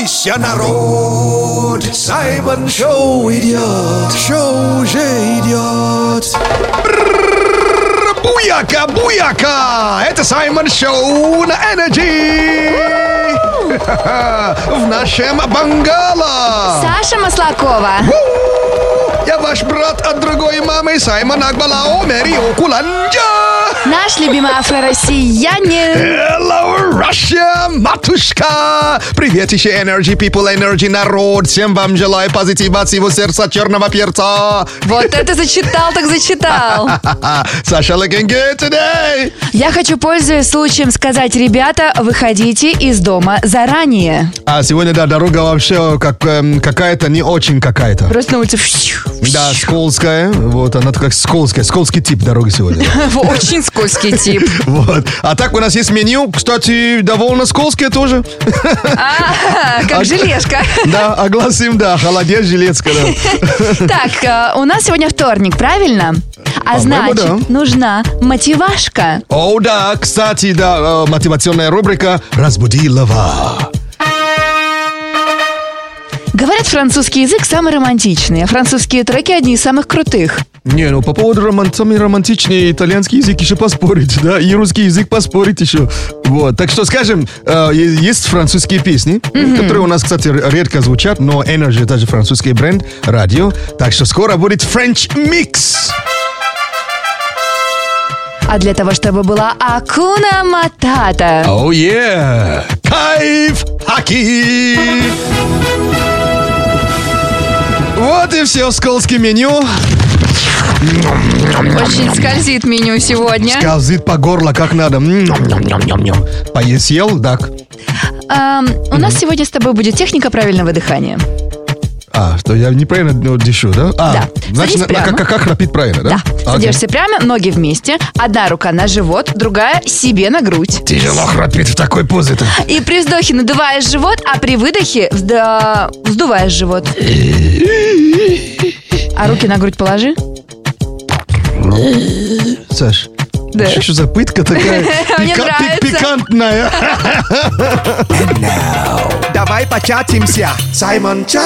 Собрался народ, Саймон Шоу идет, шоу уже идет. Буяка, буяка! Это Саймон Шоу на Energy! В нашем бангало! Саша Маслакова. Я ваш брат от другой мамы, Саймон Акбалао, Мэри Окуланджа! Наш любимый афро-россиянин. Hello, Russia, матушка! Привет еще Energy People, Energy народ! Всем вам желаю позитива от всего сердца черного перца! Вот это зачитал, так зачитал. Саша, looking good today! Я хочу, пользуясь случаем, сказать, ребята, выходите из дома заранее. А сегодня, да, дорога вообще какая-то не очень какая-то. Просто на улице... Да, скользкая. Вот, она как скользкая. Скользкий тип дороги сегодня. Очень скользкий тип. Вот. А так у нас есть меню. Кстати, довольно скользкое тоже. Как желешка. Да, огласим, да. Холодец, железка, да. Так, у нас сегодня вторник, правильно? А значит, нужна мотивашка. О, да, кстати, да, мотивационная рубрика «Разбуди лава». Говорят, французский язык самый романтичный, а французские треки одни из самых крутых. Не, ну по поводу самый романтичный итальянский язык еще поспорить, да, и русский язык поспорить еще. Вот, так что, скажем, есть французские песни, которые у нас, кстати, редко звучат, но Energy это же французский бренд, радио, так что скоро будет French Mix. А для того, чтобы была Акуна Матата. Oh yeah! Кайф хаки! Вот и все, скользкое меню. Очень скользит меню сегодня. Скользит по горлу, как надо. Поел, так. У нас сегодня с тобой будет техника правильного дыхания. Что я неправильно дышу, да? Да. Значит, как храпит правильно, да? Да. Садишься прямо, ноги вместе, одна рука на живот, другая себе на грудь. Тяжело храпеть в такой позе-то. И при вздохе надуваешь живот, а при выдохе вздуваешь живот. А руки на грудь положи. Саш, да. Что за пытка такая? Мне нравится. Пикантная. Давай початимся. Саймон Чат.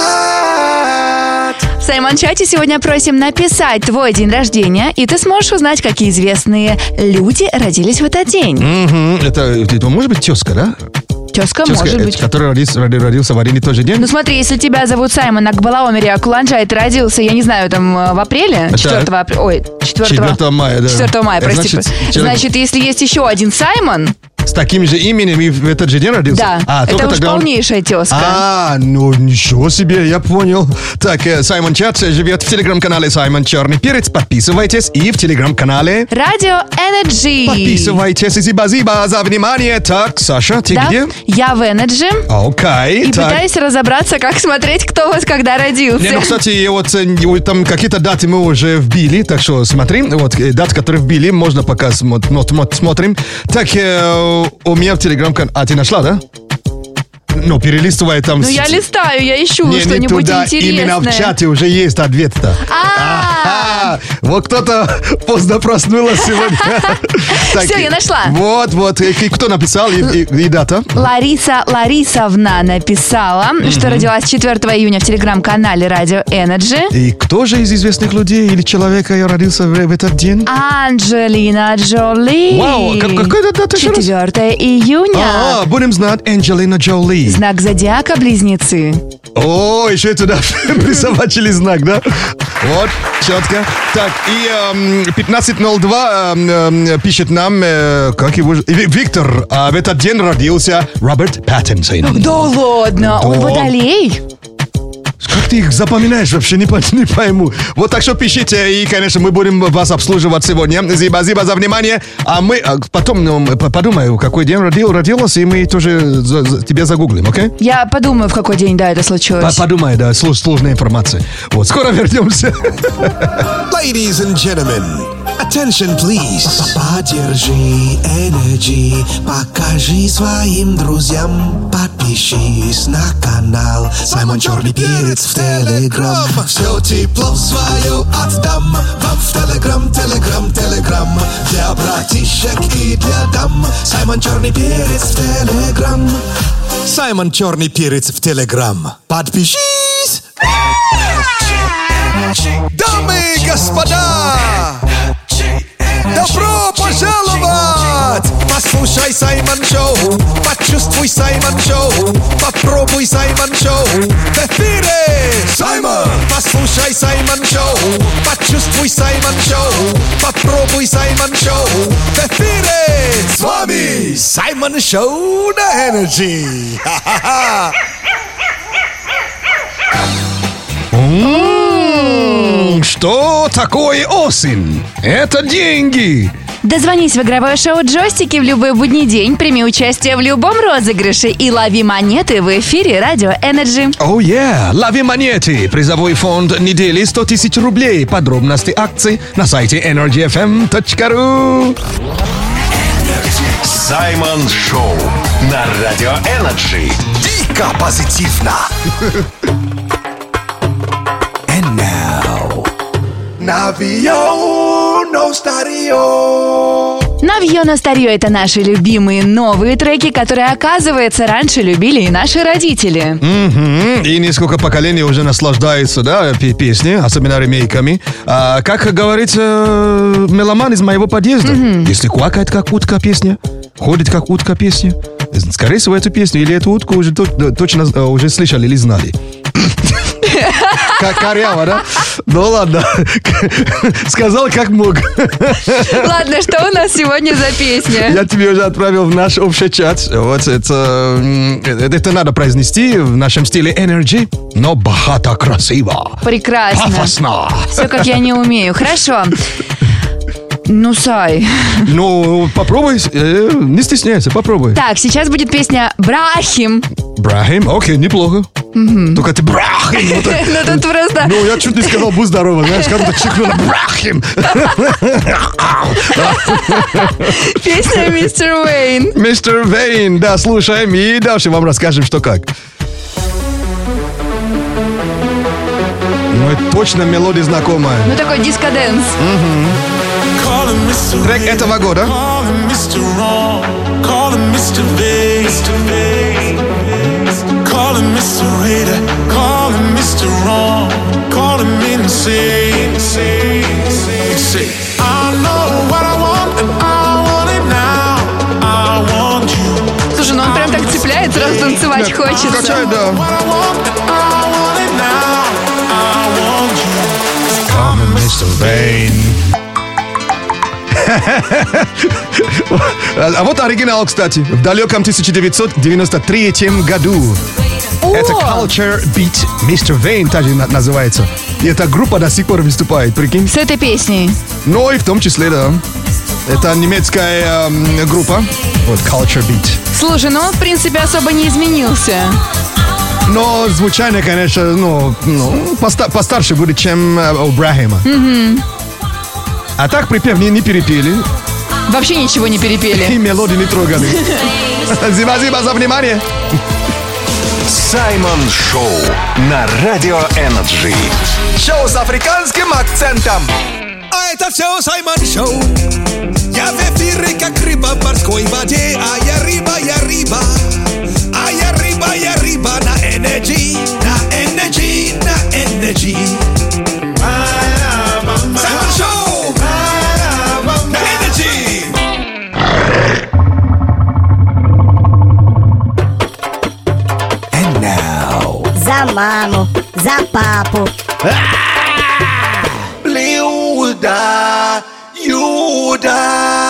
В Саймон Чате сегодня просим написать твой день рождения, и ты сможешь узнать, какие известные люди родились в этот день. Это может быть тезка, да? Тезка может быть. Который родился в один и тот же день? Ну смотри, если тебя зовут Саймон Акбалао Мэри Окуланджа, и ты родился, я не знаю, там в апреле, 4 апреля, ой, 4 мая, да. 4 мая, прости. Значит, если есть еще один Саймон... С таким же именем и в этот же день родился? Да, это уж полнейшая тезка. Ну ничего себе, я понял. Так, Саймон Чат живет в телеграм-канале Саймон Черный Перец. Подписывайтесь и в телеграм-канале Радио Energy. Подписывайтесь. Спасибо за внимание. Так, Саша, ты где? Я в Energy. Окей. И пытаюсь разобраться, как смотреть, кто у вас когда родился. Ну, кстати, вот там какие-то даты мы уже вбили, так что смотрим. Вот даты, которые вбили, можно пока смотрим. Так, у меня в телеграм-канале... А, ты нашла, да? Ну, перелистывай там... Ну, я листаю, я ищу что-нибудь туда, интересное. Именно в чате уже есть ответ-то. Вот кто-то поздно проснулась сегодня. Все, я нашла. Вот. Кто написал и дата? Лариса Ларисовна написала, что родилась 4 июня в телеграм-канале Радио Energy. И кто же из известных людей или человека родился в этот день? Анджелина Джоли. Вау, какая дата? 4 июня. Будем знать, Анджелина Джоли. Знак зодиака Близнецы. О, еще и туда присобачили знак, да? Вот, четко. Так, и 15:02 пишет нам, как его же... Виктор, в этот день родился Роберт Паттинсон. Да ладно, он водолей? Как ты их запоминаешь, вообще не пойму. Вот так что пишите, и, конечно, мы будем вас обслуживать сегодня. Спасибо за внимание. А мы потом подумаю, какой день родилась, и мы тоже тебя загуглим, окей? Я подумаю, в какой день, да, это случилось. Подумай, да, сложная информация. Вот, скоро вернемся. Ladies and gentlemen, attention please. Поддержи Energy, покажи своим друзьям, подпишись на канал Саймон Черный Перец в Телеграм. Все тепло свое отдам вам в Телеграм. Для братишек и для дам Саймон Черный Перец в Телеграм. Саймон Черный Перец в Телеграм. Подпишись! Дамы и господа! Добро пожаловать! Послушай Саймон Шоу, почувствуй Саймон Шоу, попробуй Саймон Шоу в эфире! Саймон! Послушай Саймон Шоу, почувствуй Саймон Шоу, попробуй Саймон Шоу в эфире! С вами Саймон Шоу на Energy! Ха-ха-ха! Что такое осень? Это деньги. Дозвонись в игровое шоу «Джойстики» в любой будний день, прими участие в любом розыгрыше и лови монеты в эфире Радио Energy. Oh yeah, лови монеты. Призовой фонд недели 100 тысяч рублей. Подробности акций на сайте energyfm.ru. Саймон Шоу на Радио Energy. Дико позитивно! And now, Навио Ностарио. Навье на старье — это наши любимые новые треки, которые, оказывается, раньше любили и наши родители. И несколько поколений уже наслаждаются, да, песни, особенно ремейками. Как говорит меломан из моего подъезда, если квакает как утка песня, ходит как утка песня, скорее всего, эту песню или эту утку уже точно уже слышали или знали. Как коряво, да? Ну ладно. Сказал как мог. Ладно, что у нас сегодня за песня? Я тебе уже отправил в наш общий чат. Вот это надо произнести в нашем стиле Energy, но богато, красиво. Прекрасно. Пафосно. Все, как я не умею. Хорошо. Ну, Сай. Ну, попробуй, не стесняйся, попробуй. Так, сейчас будет песня «Брахим». Брахим, окей, неплохо. Только ты Брахим. Ну, тут просто... Ну, я чуть не сказал, будь здорово, знаешь, когда-то чихнула Брахим. Песня «Мистер Вейн». Мистер Вейн, да, слушаем и дальше вам расскажем, что как. Ну, это точно мелодия знакомая. Ну, такой диско-дэнс. Трек этого года. Слушай, ну он прям так цепляет, сразу танцевать хочется. Качай, да. Mr. Vane. А вот оригинал, кстати, в далеком 1993 году. Это Culture Beat Mr. Vane, также называется. И эта группа до сих пор выступает, прикинь. С этой песней. Ну и в том числе, да. Это немецкая группа. Вот Culture Beat. Слушай, ну он в принципе особо не изменился. Но звучание, конечно, постарше будет, чем у Брахима. А так припев не перепели. Вообще ничего не перепели. И мелодии не трогали. Спасибо за внимание. Саймон Шоу на Радио Energy. Шоу с африканским акцентом. А это все Саймон Шоу. Я в эфире, как рыба в морской воде. А я рыба, я рыба. А я рыба, я рыба на Energy. На Energy, на Energy. Саймон Шоу на Energy. And now. За маму, за папу. Блюдо Юда.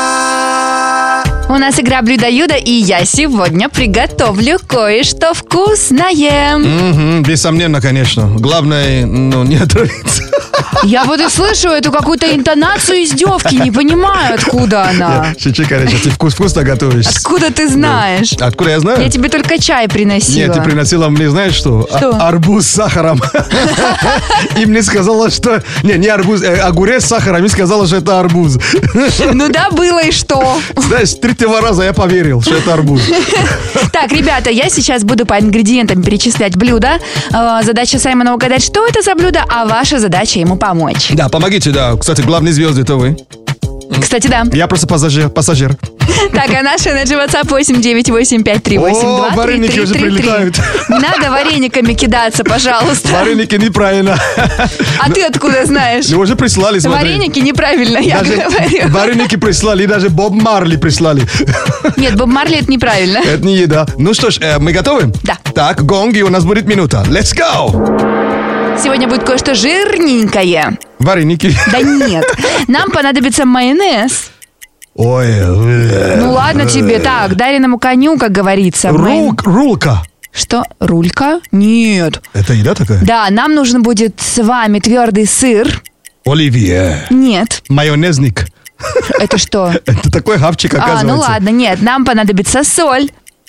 У нас игра «Блюдо-юдо», и я сегодня приготовлю кое-что вкусное. Бессомненно, конечно. Главное, не отравиться. Я вот и слышу эту какую-то интонацию издевки, не понимаю, откуда она. Шучу, конечно, ты вкусно готовишь. Откуда ты знаешь? Откуда я знаю? Я тебе только чай приносила. Нет, ты приносила мне, знаешь что? Что? Арбуз с сахаром. И мне сказала, что... Не арбуз, огурец с сахаром. И сказала, что это арбуз. Ну да, было и что? Знаешь, с третьего раза я поверил, что это арбуз. Так, ребята, я сейчас буду по ингредиентам перечислять блюда. Задача Саймона угадать, что это за блюдо, а ваша задача ему помочь. Да, помогите, да. Кстати, главные звезды это вы. Кстати, да. Я просто пассажир. Так, а наш Energy WhatsApp 89853823333. О, вареники уже прилетают. Не надо варениками кидаться, пожалуйста. Вареники неправильно. А ты откуда знаешь? Ну, уже прислали, смотри. Вареники неправильно, я говорю. Вареники прислали, и даже Боб Марли прислали. Нет, Боб Марли это неправильно. Это не еда. Ну что ж, мы готовы? Да. Так, гонг, и у нас будет минута. Let's go! Сегодня будет кое-что жирненькое. Вареники. Да нет. Нам понадобится майонез. Ой. Ну ладно тебе. Так, дареному коню, как говорится. Рулка. Что? Рулька? Нет. Это еда такая? Да, нам нужен будет с вами твердый сыр. Оливье. Нет. Майонезник. Это что? Это такой хавчик, оказывается. Ну ладно, нет. Нам понадобится соль.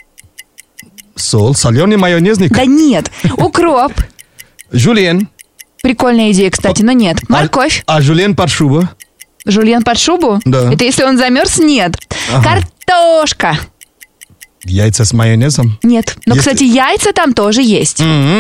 Соль, соленый майонезник. Да нет. Укроп. Жульен. Прикольная идея, кстати, но нет. Морковь. А жульен под шубу? Жульен под шубу? Да. Это если он замерз? Нет. Ага. Картошка. Яйца с майонезом? Нет. Но, Есть- кстати, яйца там тоже есть.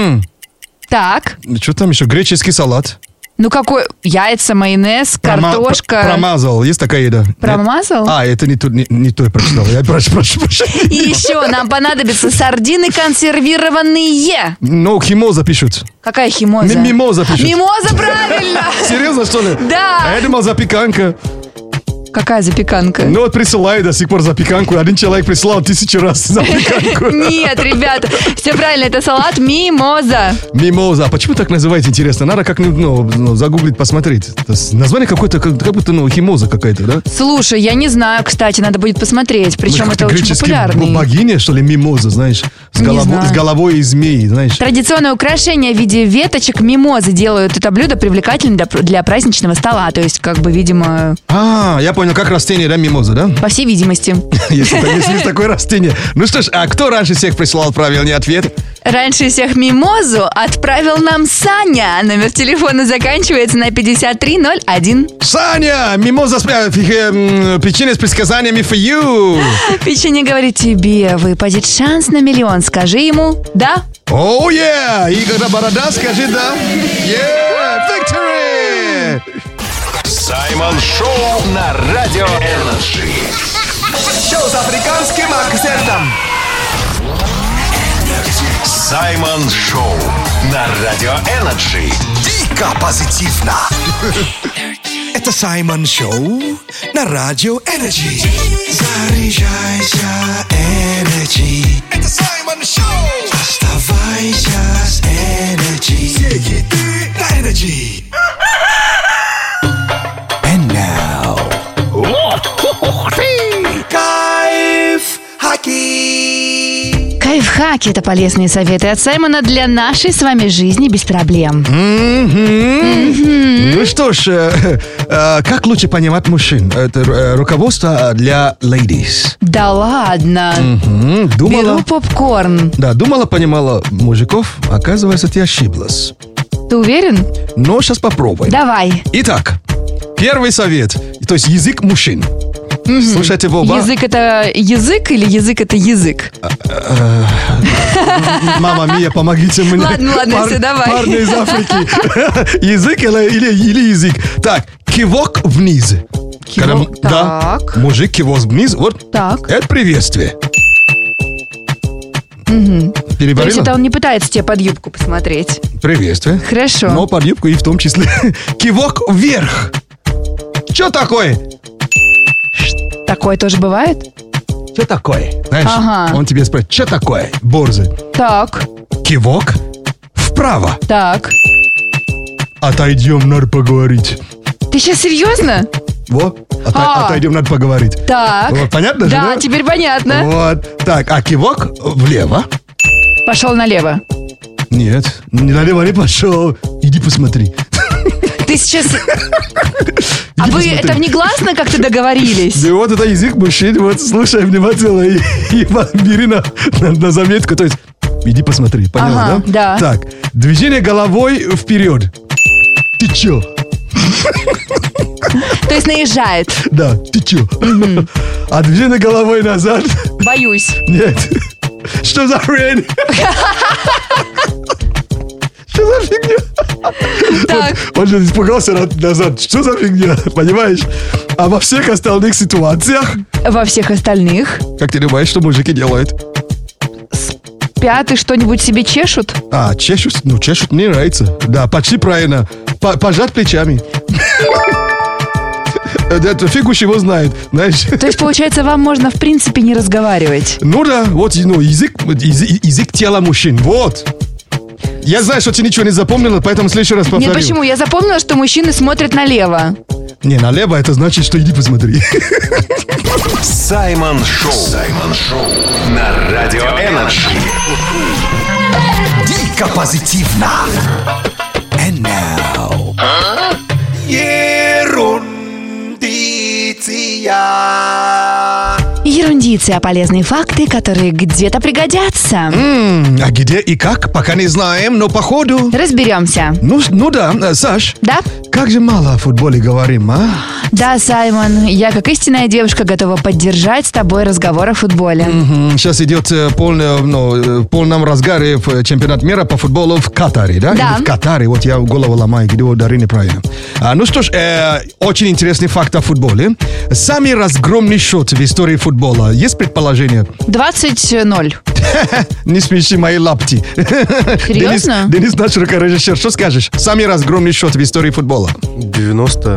Так. Что там еще? Греческий салат. Ну какой? Яйца, майонез, картошка. Промазал. Есть такая еда? Нет? Промазал? А, это не то я прочитал. Я прошу прощения. И еще нам понадобятся сардины консервированные. Ну, химоза пишут. Какая химоза? Мимоза пишут. Мимоза, правильно! Серьезно, что ли? Да. А я думал, запеканка. Какая запеканка? Ну, вот присылаю до сих пор запеканку. Один человек прислал 1000 раз запеканку. Нет, ребята, все правильно, это салат мимоза. Мимоза. А почему так называете, интересно? Надо как-нибудь загуглить, посмотреть. Это название какое-то, как будто, химоза какая-то, да? Слушай, я не знаю, кстати, надо будет посмотреть. Причем это очень популярный. Богиня, что ли, мимоза, знаешь? Не знаю. С головой из змеи, знаешь? Традиционное украшение в виде веточек мимозы делают это блюдо привлекательным для праздничного стола. То есть, как бы, видимо, А, я понял, как растение, да, мимоза, да? по всей видимости. Если есть такое растение. Ну что ж, а кто раньше всех прислал правильный ответ? Раньше всех мимозу отправил нам Саня. Номер телефона заканчивается на 5301. Саня, мимоза печенье с предсказаниями for you. Печенье говорит тебе, выпадет шанс на миллион. Скажи ему «да». Оу, Игорь Борода, скажи да. Victory! Саймон Шоу на Радио Энерджи. Шоу с африканским акцентом. Саймон Шоу на Радио Энерджи. Дико позитивно. Это Саймон Шоу на Радио Энерджи. Заряжайся, Энерджи. Это Саймон Шоу. Оставайся с Энерджи. Все хиты на Энерджи. And now. Кайф хаки. Кайфхаки – это полезные советы от Саймона для нашей с вами жизни без проблем. Ну что ж, как лучше понимать мужчин? Это руководство для ladies. Да ладно. Думала, Беру попкорн. да, думала, понимала мужиков, оказывается, ты ошиблась. Ты уверен? Но сейчас попробуем. Давай. Итак, первый совет, то есть язык мужчин. Слушайте в оба. Язык – это язык или язык – это язык? Мама Мия, помогите мне. Ладно, все, давай. Парни из Африки. Язык или язык? Так, кивок вниз. Кивок, Да, так. мужик кивок вниз, вот. Так. Это приветствие. То есть Переборила? это он не пытается тебе под юбку посмотреть. Приветствие. Хорошо. Но под юбку и в том числе. Кивок вверх. Что такое? Такое тоже бывает? Что такое? Знаешь, Ага. он тебе спрашивает, что такое? Борзый. Так, Кивок вправо. так. Отойдем, надо поговорить. Ты сейчас серьезно? Вот, А. отойдем, надо поговорить. Так. Вот, понятно же, Да, да? теперь понятно. Вот. Так, а кивок влево? Пошел налево. Нет, налево не пошел. Иди посмотри. Ты сейчас... А Иди вы посмотри. это негласно как-то договорились? Да вот это язык мужчин, вот слушай внимательно и бери на заметку. То есть, иди посмотри, поняла, Ага, да. Так, движение головой вперед. Ты чё? То есть наезжает. Да, ты чё? А движение головой назад? Боюсь. Нет. Что за хрень? Что за фигня? Так. Он же испугался назад. Что за фигня, понимаешь? А во всех остальных ситуациях... Во всех остальных Как ты думаешь, что мужики делают? спят и что-нибудь себе чешут? Чешут? Ну, чешут мне нравится. Да, почти правильно. Пожать плечами. Это фиг уж его знает, знаешь. То есть, получается, вам можно, в принципе, не разговаривать? Ну да, вот язык тела мужчин, вот. Я знаю, что ты ничего не запомнила, поэтому в следующий раз повторю. Нет, почему? Я запомнила, что мужчины смотрят налево. Не, налево это значит, что иди посмотри. Саймон Шоу на Радио Энерджи. Дико позитивно. And now. Ерундиция, полезные факты, которые где-то пригодятся. А где и как, пока не знаем, но походу... Разберемся. Ну да, Саш. Да? Как же мало о футболе говорим, а? Да, Саймон, я как истинная девушка готова поддержать с тобой разговор о футболе. Сейчас идет в полном разгаре чемпионат мира по футболу в Катаре, да? Да. Или в Катаре, вот я голову ломаю, где ударили неправильно. Ну что ж, очень интересный факт о футболе. Самый разгромный счет в истории футбола. Есть предположение? 20-0. Не смеши мои лапти. Серьезно? Денис, наш рукорежиссер, что скажешь? Самый разгромный счет в истории футбола. 90.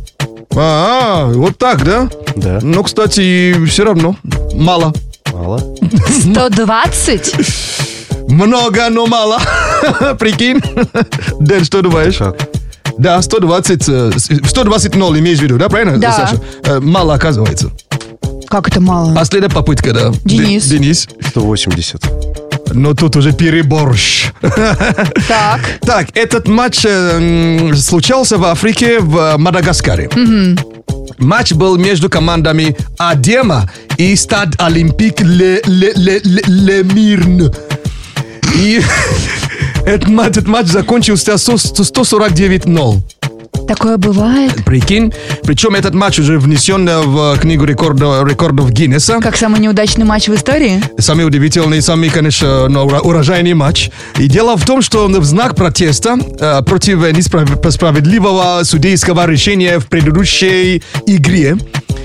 Вот так, да? Да. Ну, кстати, все равно мало. Мало. 120? Много, но мало. Прикинь. Дэн, что думаешь? Как? Да, 120-0 имеешь в виду, да, правильно, Да. Саша? Мало, оказывается. Как это мало? Последняя попытка, да. Денис. Денис. 180. Но тут уже переборщ. Так. Так, этот матч случался в Африке, в Мадагаскаре. Матч был между командами Адема и Стад Олимпик Ле Мирн. И этот матч закончился 149-0. Такое бывает? Прикинь. Причем этот матч уже внесен в книгу рекордов Гиннесса. Как самый неудачный матч в истории? Самый удивительный, самый, конечно, урожайный матч. И дело в том, что в знак протеста против несправедливого судейского решения в предыдущей игре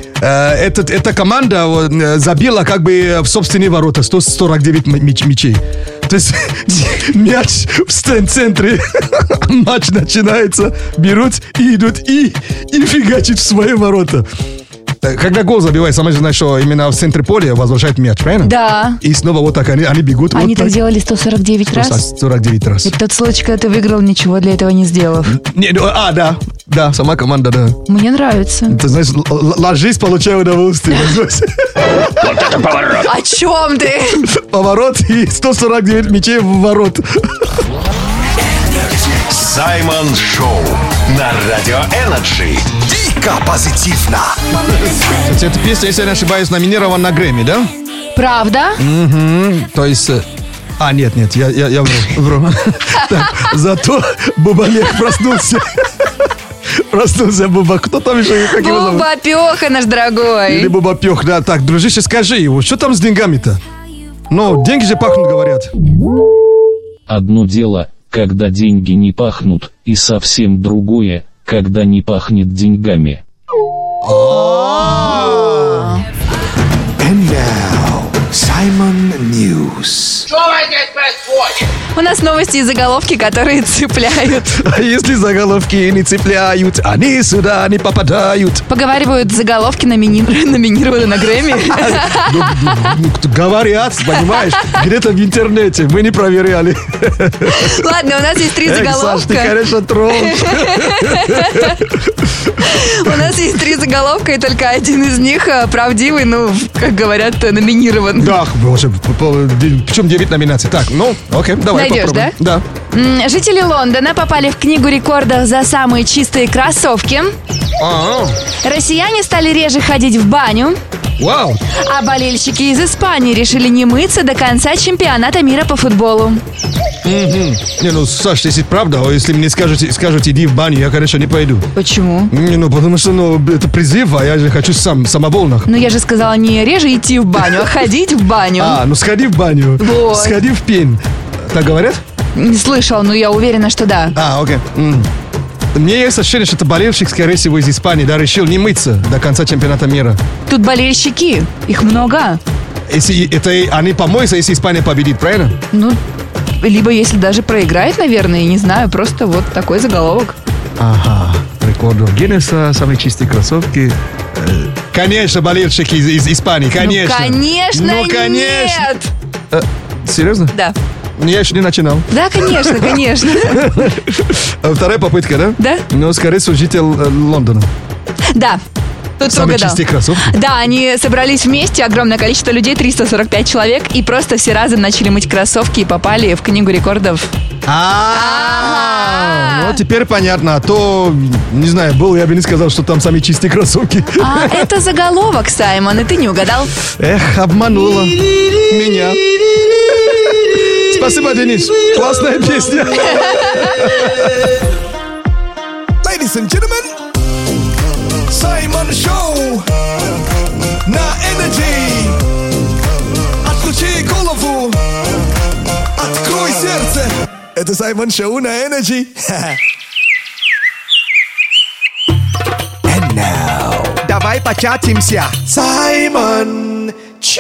эта команда забила как бы в собственные ворота 149 мячей. То есть мяч в центре, матч начинается, берут и идут и фигачат в свои ворота. Когда гол забивает, сама же знаешь, что именно в центре поля возвращает мяч, правильно? Да. И снова вот так они бегут. Они вот так делали 149 раз? 149 раз. Это тот случай, когда ты выиграл, ничего для этого не сделав. Да, сама команда, да. Мне нравится. Ты знаешь, ложись, получай удовольствие. О чем ты? Поворот и 149 мячей в ворот. Саймон Шоу на Радио Энерджи. Дико позитивно. Эта песня, если я не ошибаюсь, номинирована на Грэмми, да? Правда? То есть... нет, я вру. Так, зато Бубалек проснулся. Проснулся Буба. Кто там еще? Как его зовут? Буба Пеха, наш дорогой. Или Буба Пех, да. Так, дружище, скажи его, что там с деньгами-то? Ну, деньги же пахнут, говорят. Одно дело, когда деньги не пахнут, и совсем другое, когда не пахнет деньгами. And now, Simon News. У нас новости и заголовки, которые цепляют. А если заголовки не цепляют, они сюда не попадают. Поговаривают, заголовки номинированы на Грэмми. Говорят, понимаешь, где-то в интернете. Мы не проверяли. Ладно, у нас есть 3 Саш, ты, заголовка. конечно, тролл. У нас есть 3 заголовка, и только один из них правдивый, ну, как говорят, номинирован. Да, причем 9 номинаций. Так, ну, окей, давай Найдешь, попробуем. Да? Жители Лондона попали в книгу рекордов за самые чистые кроссовки. Россияне стали реже ходить в баню. Вау. А болельщики из Испании решили не мыться до конца чемпионата мира по футболу. Не, ну, Саш, если правда, если мне скажете, иди в баню, я, конечно, не пойду. Почему? Не, ну, потому что, это призыв, а я же хочу самовольно. Ну, я же сказала не реже идти в баню, а ходить в баню. Ну, сходи в баню. Вот. Сходи в пень. Так говорят? Не слышал, но я уверена, что да. Окей. Мне есть ощущение, что это болельщик, скорее всего, из Испании, да, решил не мыться до конца чемпионата мира. Тут болельщики, их много. Если это они помоются, если Испания победит, правильно? Ну, либо если даже проиграет, наверное, не знаю, просто вот такой заголовок. Ага, рекорд Гиннесса, самые чистые кроссовки. Конечно, болельщики из Испании, конечно. Ну, конечно, нет! Серьезно? Да. Я еще не начинал. Да, конечно, конечно. Вторая попытка, да? Да. Но, скорее всего, житель Лондона. Да. Тут самые угадал. чистые кроссовки? Да, они собрались вместе, огромное количество людей, 345 человек, и просто все разом начали мыть кроссовки и попали в книгу рекордов. Ну, теперь понятно. А то, не знаю, был, я бы не сказал, что там самые чистые кроссовки. Это заголовок, Саймон, и ты не угадал. Эх, обманула меня. Спасибо, Денис. Классная песня. Ladies and gentlemen, Саймон Шоу на Energy. Отключи голову, открой сердце. Это Саймон Шоу на Energy. And now, давай початимся. Саймон Чат.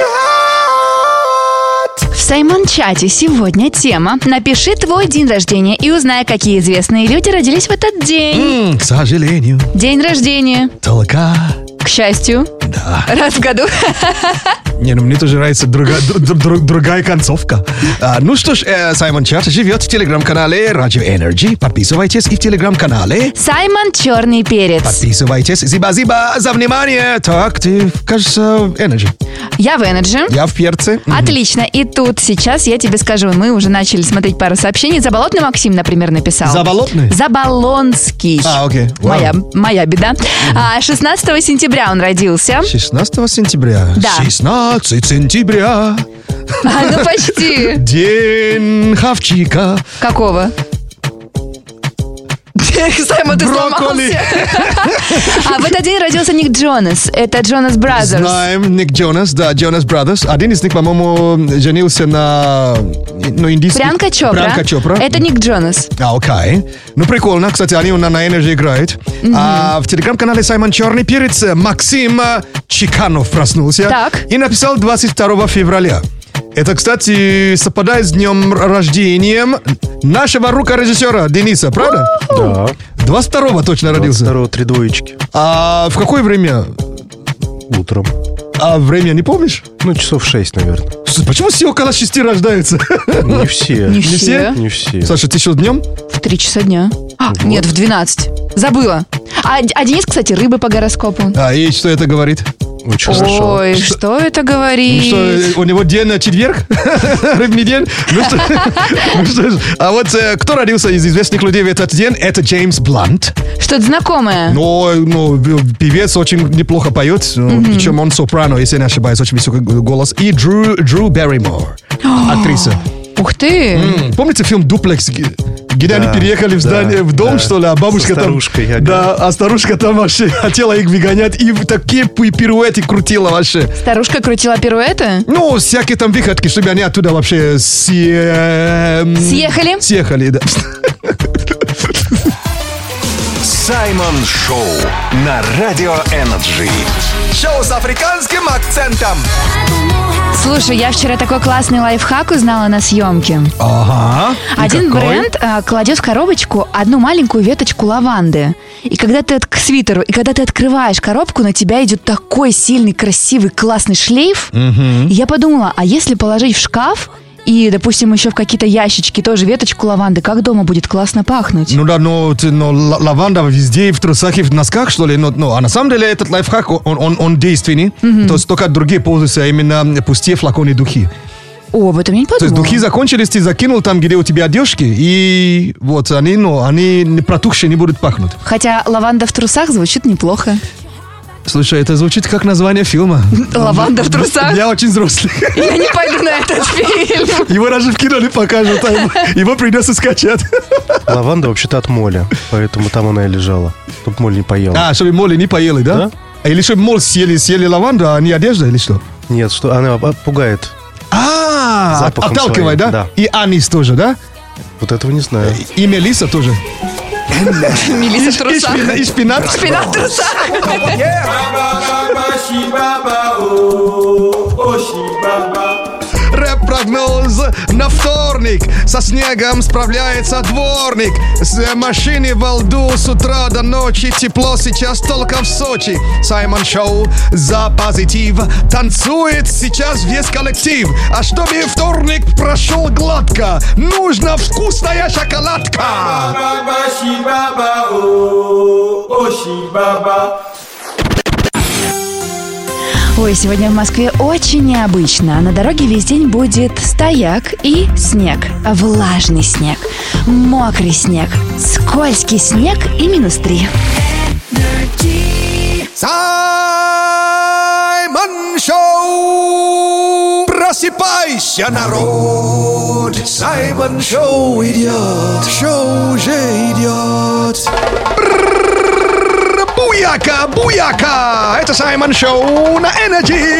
В Саймон-чате сегодня тема «Напиши твой день рождения и узнай, какие известные люди родились в этот день». К сожалению. День рождения. Только. К счастью. Да. Раз в году. Не, ну мне тоже нравится другая концовка. Ну что ж, Саймон Чат живет в телеграм-канале Radio Energy. Подписывайтесь и в телеграм-канале. Саймон Черный Перец. Подписывайтесь. Зиба-зиба за внимание. Так, ты, кажется, Energy. Я в Energy. Я в Перце. Отлично. И тут сейчас я тебе скажу, мы уже начали смотреть пару сообщений. Заболотный Максим, например, написал. Заболотный? Заболонский. Окей. Моя беда. 16 сентября он родился. 16 сентября. Да. 16 сентября. Ну почти. День хавчика. Какого? Саймон, ты Брокколи. сломался. А в этот день родился Ник Джонас. Это Джонас Бразерс. Знаем, Ник Джонас, да, Джонас Бразерс. Один из них, по-моему, женился на индийский... Прянка Чопра. Это Ник Джонас. Окей. Ну, прикольно. Кстати, они на Energy играют. А в телеграм-канале Саймон Черный Перец Максим Чиканов проснулся. Так. И написал 22 февраля. Это, кстати, совпадает с днем рождения нашего рукорежиссера Дениса, правда? Да. 22-го точно родился. 22-го 3 двоечки. А в какое время? Утром. А время не помнишь? Ну, часов 6, наверное. Почему все около 6 рождаются? Не все. Не все? Не все. Саша, ты что, днем? В 3 часа дня. Нет, в 12. Забыла. А Денис, кстати, рыбы по гороскопу. И что это говорит? Очень хорошо. Ой, что это говорит? Что, у него день четверг? Рыбный день? Ну что ж. А вот кто родился из известных людей в этот день? Это Джеймс Блант. Что-то знакомое. Ну, певец очень неплохо поет. Причем он сопрано, если не ошибаюсь, очень высокий голос. И Дрю Берримор, актриса. Ух ты! Помните фильм «Дуплекс», где они переехали в здание, в дом, что ли, а бабушка со старушкой, там... Да, а старушка там вообще хотела их выгонять и такие пируэты крутила вообще. Старушка крутила пируэты? Ну, всякие там выходки, чтобы они оттуда вообще Съехали? Съехали, да. Саймон Шоу на Radio Energy. Шоу с африканским акцентом. Слушай, я вчера такой классный лайфхак узнала на съемке. Ага. Один бренд кладет в коробочку одну маленькую веточку лаванды. И когда ты к свитеру, и когда ты открываешь коробку, на тебя идет такой сильный, красивый, классный шлейф. И я подумала, а если положить в шкаф и, допустим, еще в какие-то ящички тоже веточку лаванды, как дома будет классно пахнуть? Ну да, но лаванда везде, в трусах и в носках, что ли? А на самом деле этот лайфхак, он действенный. То есть только другие пользуются, а именно пустые флаконы духи. О, об этом я не подумала. То есть духи закончились, ты закинул там, где у тебя одежки, и вот они протухшие, не будут пахнуть. Хотя лаванда в трусах звучит неплохо. Слушай, это звучит как название фильма. Лаванда в трусах? Я очень взрослый. Я не пойду на этот фильм. Его даже в кино не покажут, а его придется скачать. Лаванда вообще-то от моля, поэтому там она и лежала. Чтоб моль не поела. Чтобы моли не поели, да? Или чтобы моль съели лаванду, а не одежда, или что? Нет, что она пугает. Отталкивает, да? Да. И анис тоже, да? Вот этого не знаю. И Мелисса тоже. Мелисса в трусах. И шпинат. Шпинат в трусах. Рэп-прогноз на вторник. Со снегом справляется дворник. С машины во льду с утра до ночи. Тепло сейчас только в Сочи. Саймон Шоу за позитив. Танцует сейчас весь коллектив. А чтобы вторник прошел гладко, нужна вкусная шоколадка. Ой, сегодня в Москве очень необычно. На дороге весь день будет стояк и снег. Влажный снег, мокрый снег, скользкий снег и -3. Саймон Шоу! Просыпайся, народ! Саймон Шоу идет! Шоу уже идет! Буяка, буяка! Это Саймон Шоу на Energy!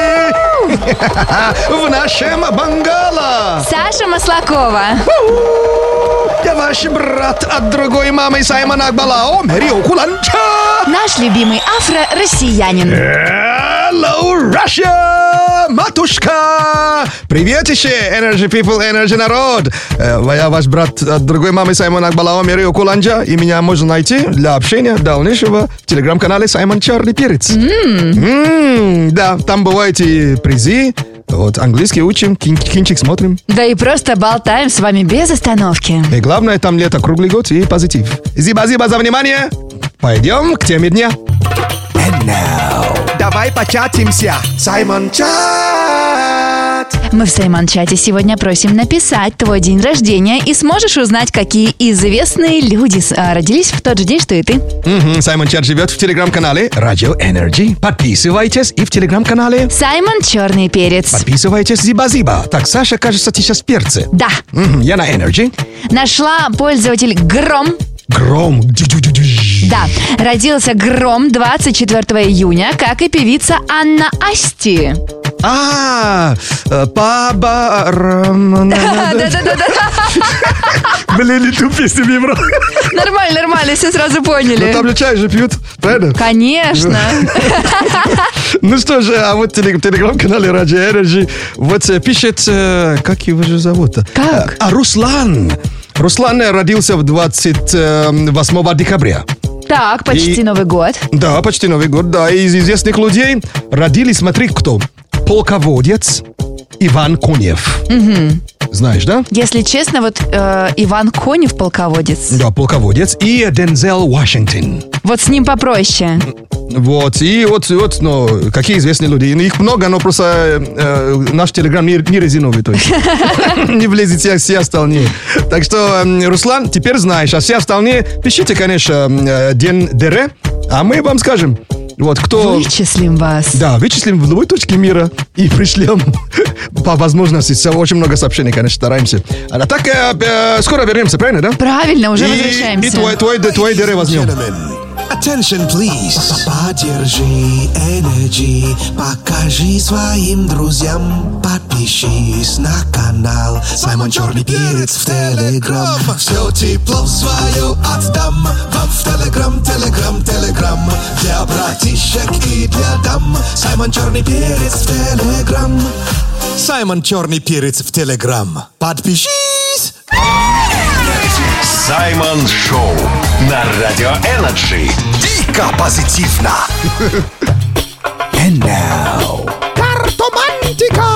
В нашем бангало! Саша Маслакова. Я ваш брат от другой мамы Саймона Акбалао, Рио Куланча! Наш любимый афро-россиянин. Hello, Russia! Матушка! Приветище, Energy People, Energy народ! Я ваш брат от другой мамы Саймона Акбалао, Рио Куланча, и меня можно найти для общения дальнейшего в телеграм-канале Саймон Черный Перец. Да, там бывают и призы. Вот, английский учим, кинчик смотрим. Да и просто болтаем с вами без остановки. И главное, там лето круглый год и позитив. Зиба-зиба за внимание. Пойдем к теме дня. And now, давай початимся. Саймон Чат. Мы в Саймон-чате сегодня просим написать твой день рождения, и сможешь узнать, какие известные люди родились в тот же день, что и ты. Саймон Чат живет в телеграм-канале Radio Energy. Подписывайтесь и в телеграм-канале. Саймон Черный Перец. Подписывайтесь, зиба-зиба. Так, Саша, кажется, ты сейчас в перце. Да. Я на Energy. Нашла пользователь Гром. Гром. Да, родился Гром 24 июня, как и певица Анна Асти. Паба... Да-да-да. Блин, эту песню мимо. Нормально, все сразу Ну поняли. там же чай же пьют, правильно? Конечно. Ну что же, а вот в телеграм-канале Radio Energy вот пишет, как его же зовут-то? Как? Руслан. Руслан родился 28 декабря. Так, почти Новый год. Да, почти Новый год, да. Из известных людей родились, смотри, кто? Полководец Иван Конев. Знаешь, да? Если честно, вот Иван Конев полководец. Да, полководец. И Дензел Вашингтон. Вот с ним попроще. Вот, и вот, ну, какие известные люди. Их много, но просто наш телеграм не резиновый, то есть. Не влезет все остальные. Так что, Руслан, теперь знаешь, а все остальные пишите, конечно, День Дере, а мы вам скажем. Вот кто... Вычислим вас. Да, вычислим в любой точке мира и пришлем по возможности. Очень много сообщений, конечно, стараемся. А так, скоро вернемся, правильно, да? Правильно, уже возвращаемся. И твой Дере возьмем. Attention, please. Поддержи Energy, покажи своим друзьям, подпишись на канал Саймон Черный Перец в Телеграм. Все тепло свое отдам вам в Телеграм. Для братишек и для дам. Саймон Черный Перец в Телеграм. Саймон Черный Перец в Телеграм. Подпишись! Саймон Шоу на Радио Energy. Дико позитивно. And now, Картомантика.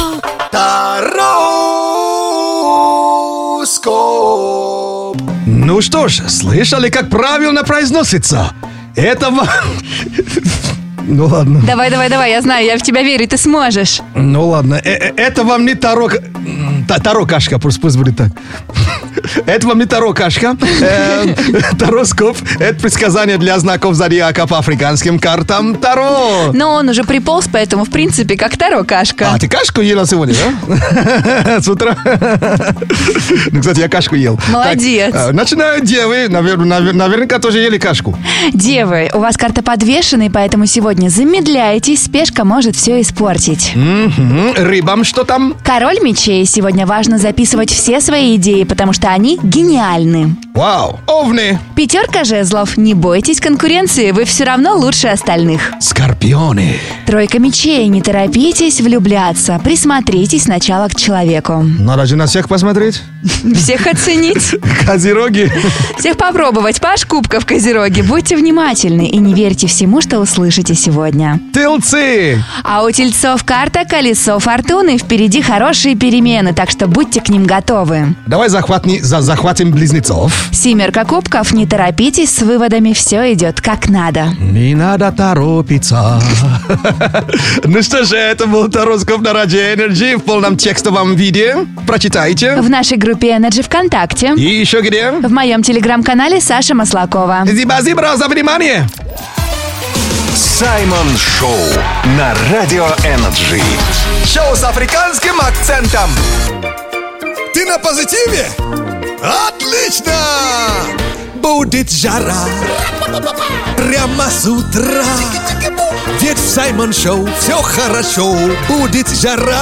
Тароскоп. Ну что ж, слышали, как правильно произносится? Это вам... Ну ладно. Давай, я знаю, я в тебя верю, ты сможешь. Ну ладно, это вам не таро... Таро кашка, пусть будет так. Это вам не Таро кашка. Тароскоп – это предсказание для знаков зодиака по африканским картам Таро. Но он уже приполз, поэтому, в принципе, как Таро кашка. А, ты кашку ела сегодня, да? С утра. Ну, кстати, я кашку ел. Молодец. Так, начинают девы. Наверняка тоже ели кашку. Девы, у вас карта подвешенная, поэтому сегодня замедляйтесь, спешка может все испортить. Рыбам что там? Король мечей, сегодня важно записывать все свои идеи, потому что они гениальны. Вау. Овны. Пятерка жезлов, не бойтесь конкуренции, вы все равно лучше остальных. Скорпионы. Тройка мечей, не торопитесь влюбляться, присмотритесь сначала к человеку. Надо же на всех посмотреть. Всех оценить. Козероги. Всех попробовать. Паш Кубков, Козероги. Будьте внимательны и не верьте всему, что услышите сегодня. Тельцы. А у тельцов карта колесо фортуны. Впереди хорошие перемены, так что будьте к ним готовы. Давай захватим близнецов. Семерка кубков. Не торопитесь с выводами, все идет как надо. Не надо торопиться. Ну что же, это был Тароскоп на Радио Energy в полном текстовом виде. Прочитайте. В нашей группе Energy ВКонтакте. И еще где? В моем телеграм-канале Саша Маслакова. Зиба-зибра за внимание! Саймон Шоу на Радио Energy. Шоу с африканским акцентом. Ты на позитиве? Отлично! Будет жара прямо с утра. Ведь в Саймон Шоу все хорошо. Будет жара.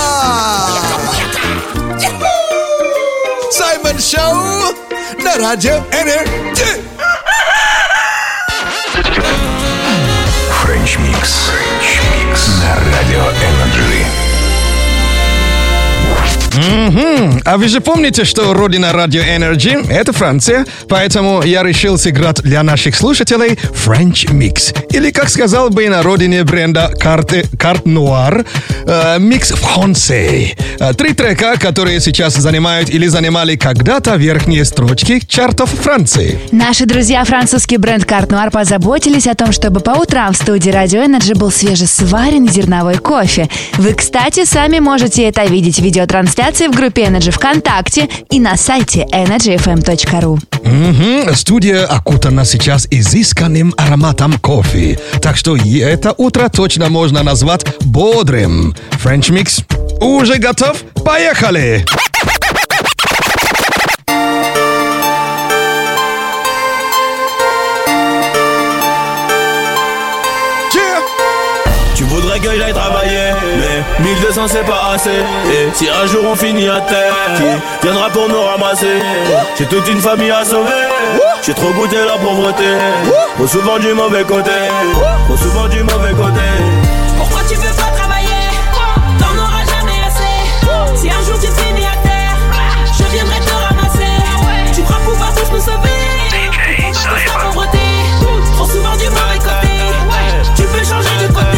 Саймон Шоу на Радио Энерджи. Френч Микс на Радио Energy. А вы же помните, что родина Радио Energy – это Франция, поэтому я решил сыграть для наших слушателей French Mix. Или, как сказал бы на родине бренда Карт Нуар, Микс Францей. 3 трека, которые сейчас занимают или занимали когда-то верхние строчки чартов Франции. Наши друзья, французский бренд Карт Нуар, позаботились о том, чтобы по утрам в студии Радио Energy был свежесваренный зерновой кофе. Вы, кстати, сами можете это видеть в видеотрансляции в группе Energy ВКонтакте и на сайте energyfm.ru. Студия окутана сейчас изысканным ароматом кофе. Так что это утро точно можно назвать бодрым. French Mix уже готов? Поехали! Tu voudrais que j'aille travailler, mais 1200 c'est pas assez. Et si un jour on finit à terre, qui viendra pour nous ramasser? J'ai toute une famille à sauver. J'ai trop goûté la pauvreté. Trop souvent du mauvais côté. Trop souvent du mauvais côté. Pourquoi tu veux pas travailler? T'en auras jamais assez. Si un jour tu finis à terre, je viendrai te ramasser. Tu crois pouvoir tous nous sauver? La pauvreté. Trop souvent du mauvais côté. Tu peux changer de côté.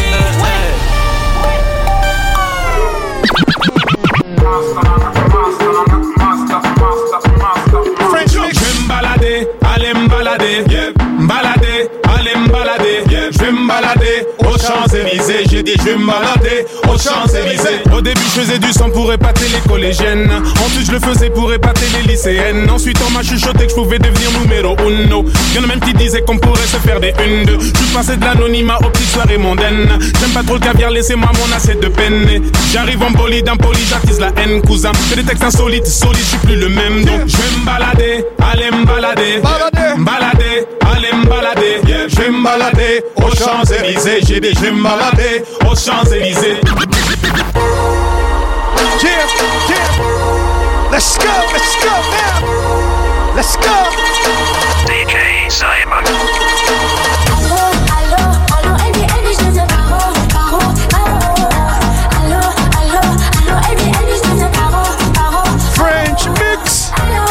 French Mix. Je vais me balader, aller me balader, balader, aller me balader, je vais me balader aux Champs-Élysées. J'ai dit je vais me balader aux Champs-Élysées. Au début je faisais du sang pour épater les collégiennes. Ensuite je le faisais pour épater les lycéennes. Ensuite on m'a chuchoté que je pouvais devenir numéro uno. Y'en a même qui disaient qu'on pourrait se faire des 1-2. Je suis passé de l'anonymat aux petites soirées mondaines. J'aime pas trop le caviar, laissez-moi mon assiette de peine. J'arrive en bolide, impoli, j'attise la haine, cousin. Fais des textes insolites, solides, je suis plus le même. Donc je vais me balader, aller me balader, balader, aller me balader, je vais me balader aux Champs-Élysées. J'ai dit je vais me balader aux Champs-Élysées. Let's go now. Let's go. DJ Simon. French Mix.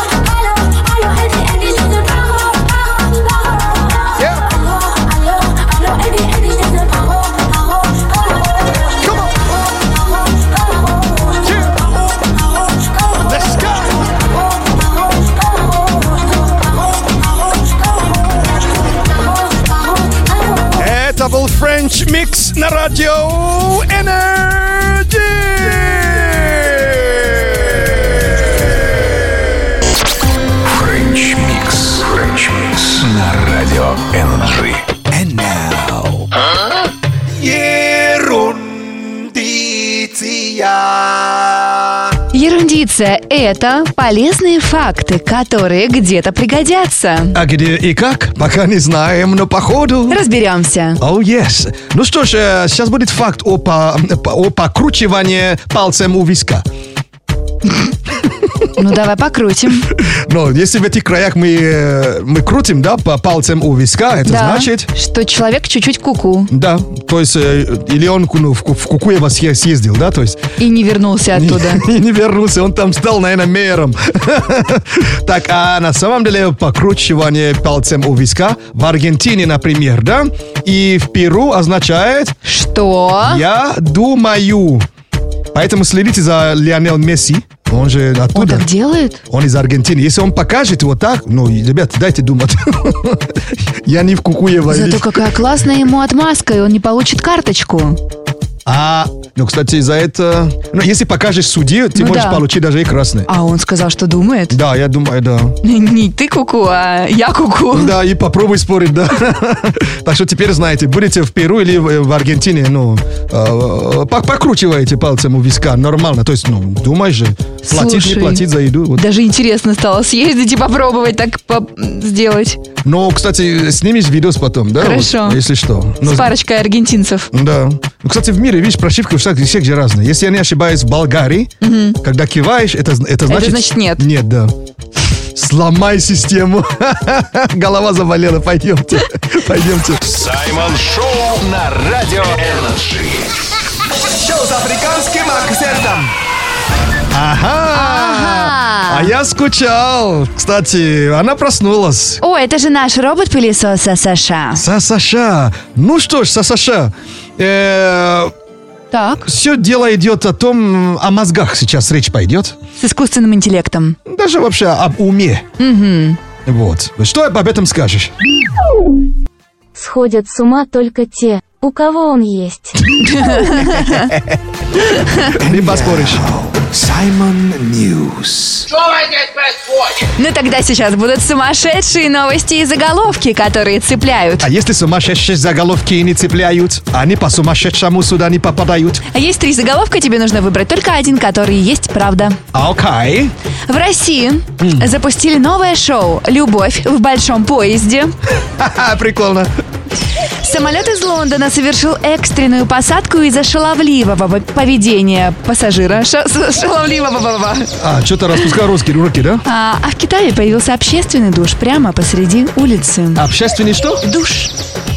Это был French Mix на Радио Energy. Ерундиция – это полезные факты, которые где-то пригодятся. А где и как, пока не знаем, но походу... Разберемся. Oh, yes. Ну что ж, сейчас будет факт о покручивании пальцем у виска. Ну, давай покрутим. Но если в этих краях мы крутим, да, по пальцем у виска, это Да, значит... что человек чуть-чуть куку. Да, то есть, или он в Кукуево съездил, да, то есть... И не вернулся оттуда. И не вернулся, он там стал, наверное, мэром. Так, а на самом деле покручивание пальцем у виска в Аргентине, например, да, и в Перу означает... Что? Я думаю. Поэтому следите за Лионел Месси. Он же оттуда. Он так делает? Он из Аргентины. Если он покажет вот так, ну, ребят, дайте думать. Я не в Кукуево. Зато какая классная ему отмазка, и он не получит карточку. Ну, кстати, за это... Ну, если покажешь судье, ты можешь получить даже и красный. А он сказал, что думает? Да, я думаю, да. Не ты куку, а я куку. Да, и попробуй спорить, да. Так что теперь знаете, будете в Перу или в Аргентине, ну, покручиваете пальцем у виска, нормально. То есть, ну, думай же, платить, Слушай, не платить за еду. Вот. Даже интересно стало съездить и попробовать так сделать. Ну, кстати, снимешь видос потом, да? Хорошо. Вот, если что. С парочкой аргентинцев. Да. Ну, кстати, в мире, видишь, прошивка всех же разные. Если я не ошибаюсь, в Болгарии, когда киваешь, это значит... Это значит нет. Нет, да. Сломай систему. Голова заболела, пойдемте. Саймон Шоу на Радио Энерджи. Шоу с африканским акцентом. Ага. А я скучал. Кстати, она проснулась. О, это же наш робот-пылесос Саша. Саша. Ну что ж, Саша. Так. Все дело идет о мозгах сейчас речь пойдет. С искусственным интеллектом. Даже вообще об уме. Вот. Что об этом скажешь? Сходят с ума только те, у кого он есть. Не поспоришь. Саймон Ньюс. Ну тогда сейчас будут сумасшедшие новости и заголовки, которые цепляют. А если сумасшедшие заголовки не цепляют, они по сумасшедшему сюда не попадают. А есть 3 заголовка, тебе нужно выбрать только один, который есть правда. Окей. В России запустили новое шоу «Любовь в большом поезде». Прикольно. Самолет из Лондона совершил экстренную посадку из-за шаловливого поведения пассажира. Шаловливого. Что-то распускал русские руки, да? А в Китае появился общественный душ прямо посреди улицы. Общественный что? Душ.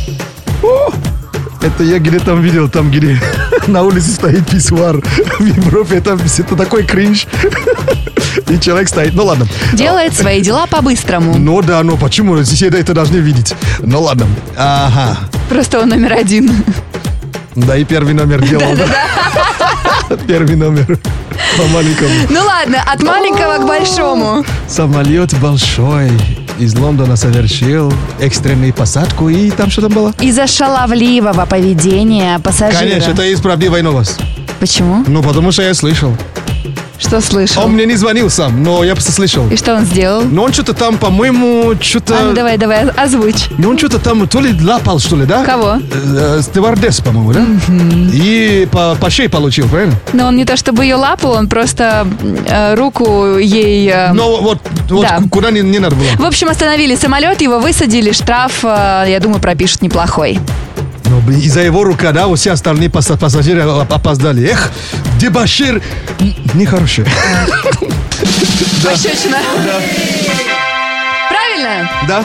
Это я где там видел, там где на улице стоит писсуар. В Европе это такой кринж. И человек стоит, ну ладно. Делает свои дела по-быстрому. Ну да, ну почему? Здесь это должны видеть. Ну ладно. Ага. Просто он номер 1. Да, и первый номер делал, да? Первый номер. По маленькому. Ну ладно, от маленького к большому. Самолет большой из Лондона совершил экстренную посадку, и там что там было? Из-за шаловливого поведения пассажира. Конечно, это есть правдивая новость. Почему? Ну, потому что я слышал. Что слышал? Он мне не звонил сам, но я просто слышал. И что он сделал? Ну, он что-то там, по-моему, что-то... А ну давай, озвучь. Ну, он что-то там то ли лапал, что ли, да? Кого? Стюардесс, по-моему, да? И по шее получил, правильно? Но он не то чтобы ее лапал, он просто руку ей... Ну, вот да. Куда не надо было. В общем, остановили самолет, его высадили, штраф, я думаю, пропишут неплохой. Ну, из-за его рука, да, все остальные пассажиры опоздали. Эх, дебошир нехороший. Пощечина. Правильно? Да.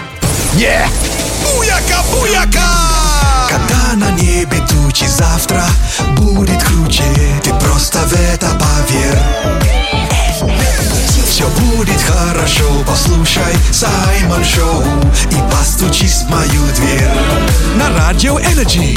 Буяка! Когда на небе тучи, завтра будет круче. Ты просто в это поверь. Все будет хорошо, послушай Саймон Шоу и постучись в мою дверь на Радио Энерджи.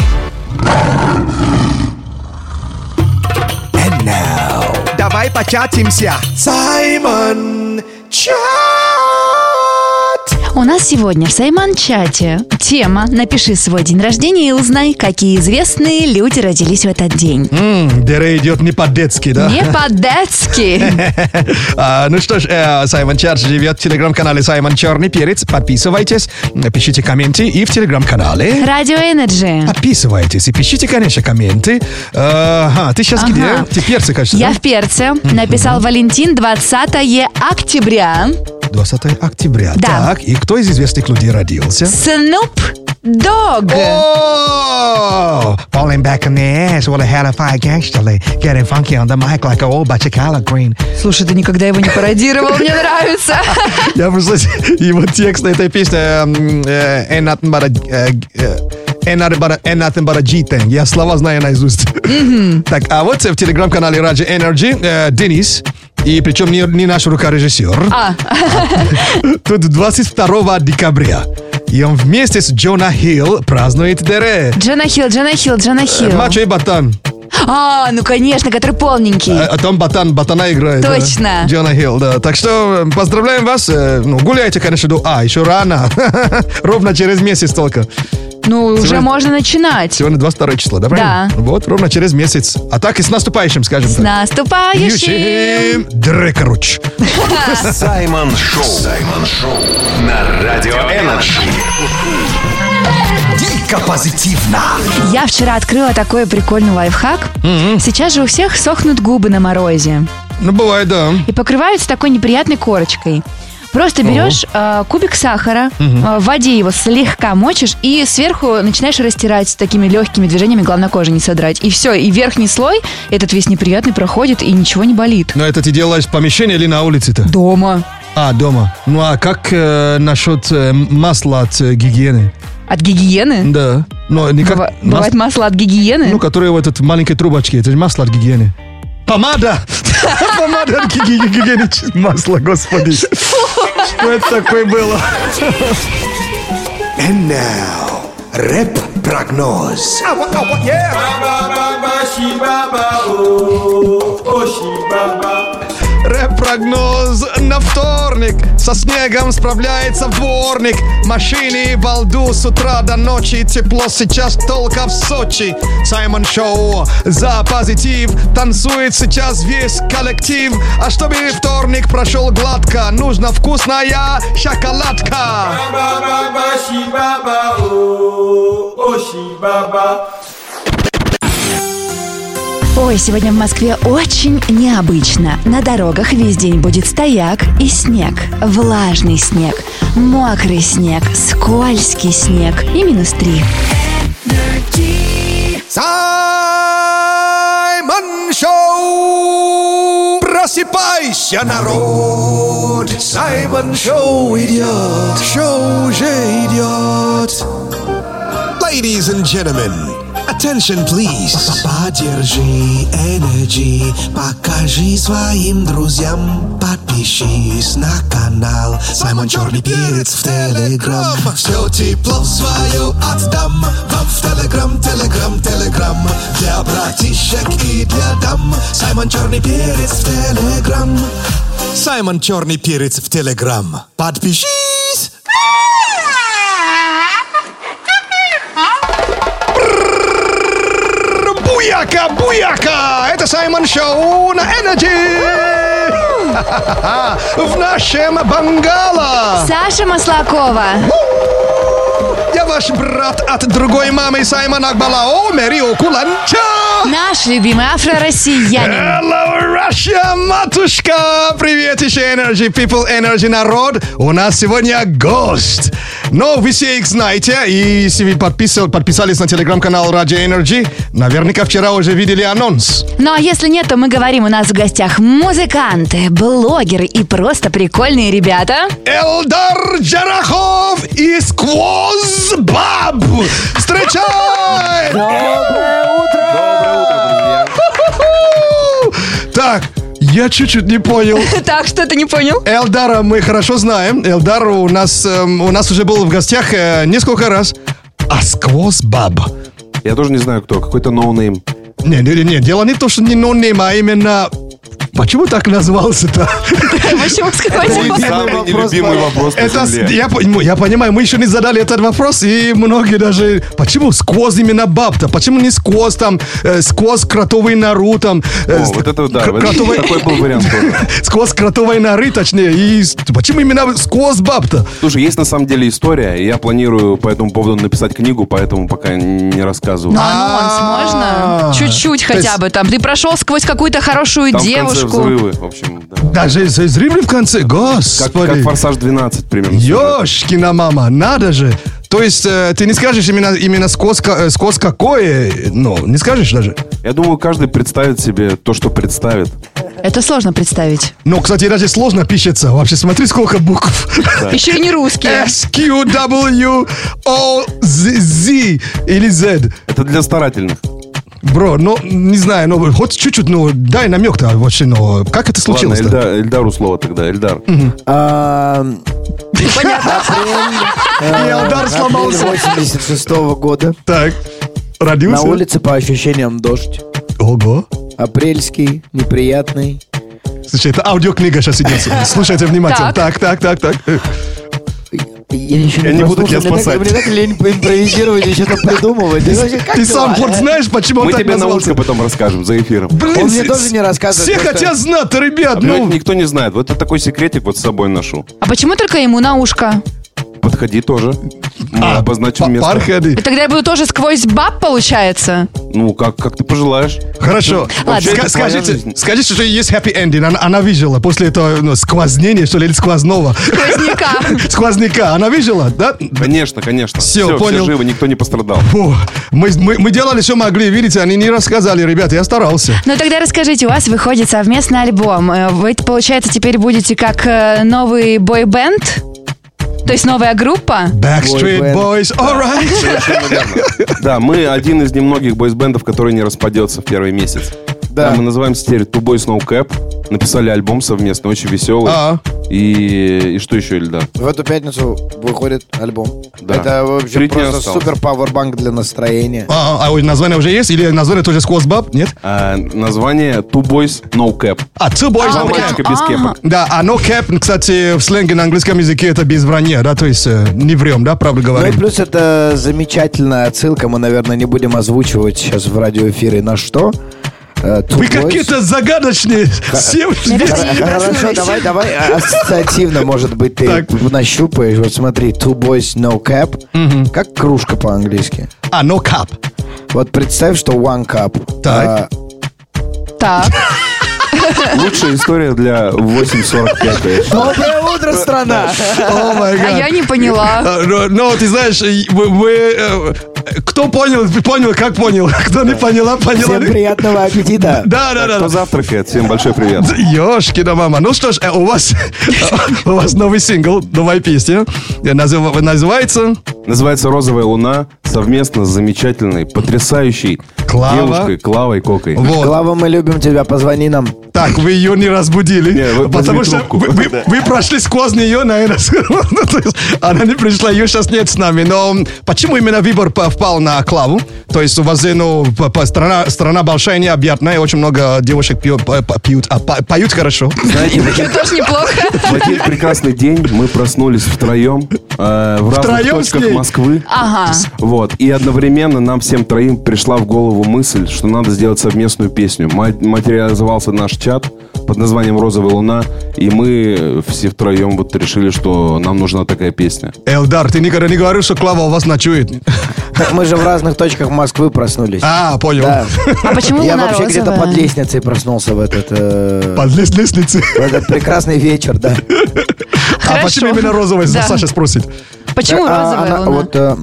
And now, давай початимся. Саймон Чат. У нас сегодня в Саймон-чате тема «Напиши свой день рождения и узнай, какие известные люди родились в этот день». Дере идет не по-детски, да? Не по-детски. Ну что ж, Саймон-чат живет в телеграм-канале Саймон Черный Перец. Подписывайтесь, пишите комменты и в телеграм-канале. Радио Энерджи. Подписывайтесь и пишите, конечно, комменты. Ты сейчас где? Ты в перце, кажется, Я да? в перце. Написал Валентин, 20 октября. 20 октября. Да. Так, и кто из известных людей родился? Снуп Дог. Falling back in the ass with a hellfire gangster, getting funky on the mic like an old batch of collard green. Слушай, ты никогда его не пародировал, мне нравится. Я просто... Его текст этой песни Ain't nothing but a G-thing. Я слова знаю наизусть. Так, а вот в телеграм-канале Radio Energy Денис, и причем не наш рукорежиссер. Тут 22 декабря. И он вместе с Джона Хилл празднует Дере. Джона Хилл. Мачо и Ботан. Ну конечно, который полненький. А там Ботана играет. Точно. Да? Джона Хилл, да. Так что поздравляем вас. Гуляйте, конечно, еще рано. Ровно через месяц только. Уже можно начинать. Сегодня 22 число, да? Да. Вот, ровно через месяц. А так и с наступающим, скажем так. С наступающим. Дрекоруч. Саймон Шоу на Радио Энерджи. Дико позитивно. Я вчера открыла такой прикольный лайфхак. Сейчас же у всех сохнут губы на морозе. Бывает, да. И покрываются такой неприятной корочкой. Просто берешь кубик сахара, в воде его слегка мочишь и сверху начинаешь растирать с такими легкими движениями, главное кожу не содрать. И все, и верхний слой этот весь неприятный проходит, и ничего не болит. Но это ты делаешь в помещении или на улице-то? Дома. Дома. Ну а как насчет масла от гигиены? От гигиены? Да. Но никак... Бывает масло от гигиены? Которое в этой маленькой трубочке. Это же масло от гигиены. Помада! Помада от гигиены. Масло, господи. Что это такое было? And now, рэп-прогноз. Рэп-прогноз на вторник. Со снегом справляется дворник. Машины во льду с утра до ночи. Тепло сейчас только в Сочи. Саймон Шоу за позитив. Танцует сейчас весь коллектив. А чтобы вторник прошел гладко, нужна вкусная шоколадка. Ой, сегодня в Москве очень необычно. На дорогах весь день будет стояк и снег. Влажный снег, мокрый снег, скользкий снег и -3. Саймон Шоу! Просыпайся, народ! Саймон Шоу идет! Шоу уже идет! Ladies and gentlemen, attention please. Поддержи Energy, покажи своим друзьям, подпишись на канал Саймон Черный Перец в Телеграм. Все тепло свое отдам вам в Телеграм, Телеграм. Для братишек и для дам Саймон Черный Перец в Телеграм. Саймон Черный Перец в Телеграм. Подпишись! Буяка! Это Саймон Шоу на Energy! В нашем бангало! Саша Маслакова. Я ваш брат от другой мамы Саймон Акбалао, Мэрио Куланча! Наш любимый афро-россиянин. Hello, Russia, матушка! Привет еще Energy People, Energy народ! У нас сегодня гость! Но вы все их знаете, и если вы подписались на телеграм-канал Radio Energy, наверняка вчера уже видели анонс. Ну а если нет, то мы говорим, у нас в гостях музыканты, блогеры и просто прикольные ребята. Эльдар Джарахов и Сквоз Баб! Встречай! Доброе утро! Так, я чуть-чуть не понял. Так, что ты не понял? Эльдара мы хорошо знаем. Эльдар у нас уже был в гостях несколько раз. А Сквоз Баб? Я тоже не знаю кто, какой-то ноунейм. Не, дело не в том, что не ноунейм, а именно почему так назвался-то? Почему с какой Самый нелюбимый вопрос на Это, земле. я понимаю, мы еще не задали этот вопрос, и многие даже... Почему сквозь именно баб-то? Почему не сквозь там, сквозь кротовые нору там? Вот это да, такой был вариант тоже. Сквозь кротовые норы, точнее. И почему именно сквозь баб-то? Слушай, есть на самом деле история, и я планирую по этому поводу написать книгу, поэтому пока не рассказываю. Ну, анонс можно? Чуть-чуть хотя бы там. Ты прошел сквозь какую-то хорошую Там в конце девушку. взрывы, в общем, да. Даже взрывы в конце? Как Господи. «Форсаж 12» примерно. Ёшкина мама, надо же. То есть ты не скажешь именно сквозь какое, ну, не скажешь даже? Я думаю, каждый представит себе то, что представит. Это сложно представить. Но, кстати, даже сложно пишется. Вообще, смотри, сколько букв. Еще и не русские. S-Q-W-O-Z или Z. Это для старательных. Бро, ну, не знаю, ну, хоть чуть-чуть, ну, дай намек-то вообще, ну, как это случилось? Ладно, Эльдару слово тогда, Эльдар. Эльдар сломался. 86-го года. Так, родился. На улице, по ощущениям, дождь. Ого. Апрельский, неприятный. Слушай, это аудиокнига сейчас идет. Слушайте внимательно. Так. Я еще Я не буду тебя спасать. Мне так лень поимпровизировать и что-то придумывать. Ты сам хоть знаешь, почему он Мы так тебе на назвался? ушко потом расскажем за эфиром. Блин, Он мне тоже не рассказывает. все хотят знать, ребят, Но ну. никто не знает. Вот это такой секретик вот с собой ношу. А почему только ему на ушко? Подходи тоже. Мы обозначим место. Подходи. И тогда я буду тоже сквозь баб, получается? Ну, как ты пожелаешь. Хорошо. Вообще, это твоя жизнь. Скажите, что есть happy ending. Она видела после этого сквознения, что ли, или сквозного. Сквозняка. Сквозняка. Она видела, да? Конечно. Всё, понял. Все живы, никто не пострадал. Фу. Мы делали, что могли. Видите, они не рассказали, ребята. Я старался. Ну тогда расскажите, у вас выходит совместный альбом. Вы, получается, теперь будете как новый бойбенд? То есть новая группа? Backstreet Boys, alright. Совершенно верно. Да, мы один из немногих бойсбендов, который не распадется в первый месяц. Да. Мы называемся теперь Two Boys No Cap. Написали альбом совместно, очень веселый. И что еще, Ильдар? В эту пятницу выходит альбом. Да. Это вообще 3 дня просто осталось. супер пауэрбанк для настроения. Название уже есть? Или название тоже сквозь баб? Нет? Название Two Boys No Cap. Two Boys Два No мальчика Cap. без кепок. Да, а No Cap, кстати, в сленге на английском языке это без вранья, да, то есть не врем, да, правда Ну и говорим. плюс это замечательная отсылка. Мы, наверное, не будем озвучивать сейчас в радиоэфире на что. Вы какие-то загадочные. Хорошо, давай ассоциативно, может быть, ты нащупаешь. Вот смотри, Two Boys No Cap. Как кружка по-английски? No Cup. Вот представь, что One Cup. Так. Так. Лучшая история для 8:45. Доброе утро, страна! А я не поняла. Ну, ты знаешь, кто понял, как понял. Кто не поняла. Всем приятного аппетита. Да. Кто завтракает, всем большой привет. Ёшкина мама. Ну что ж, у вас новый сингл, новая песня. Называется... Называется «Розовая луна», совместно с замечательной, потрясающей девушкой Клавой Кокой. Клава, мы любим тебя, позвони нам. Так, вы ее не разбудили, потому что вы прошли сквозь нее, наверное. Она не пришла, ее сейчас нет с нами. Но почему именно выбор впал на Клаву? То есть у вас страна большая, необъятная, очень много девушек поют хорошо. Знаете, тоже неплохо. в один прекрасный день мы проснулись втроем в разных точках Москвы. Ага. Вот. И одновременно нам всем троим пришла в голову мысль, что надо сделать совместную песню. Материализовался наш чат под названием «Розовая луна», и мы все втроем вот решили, что нам нужна такая песня. Эльдар, ты никогда не говорил, что Клава у вас ночует? Так мы же в разных точках Москвы проснулись. Понял. Да. А почему Я луна вообще где-то розовая? под лестницей проснулся в этот... Под лестницей? В этот прекрасный вечер, да. А почему именно розовая? Саша спросит. Почему розовая луна? Вот,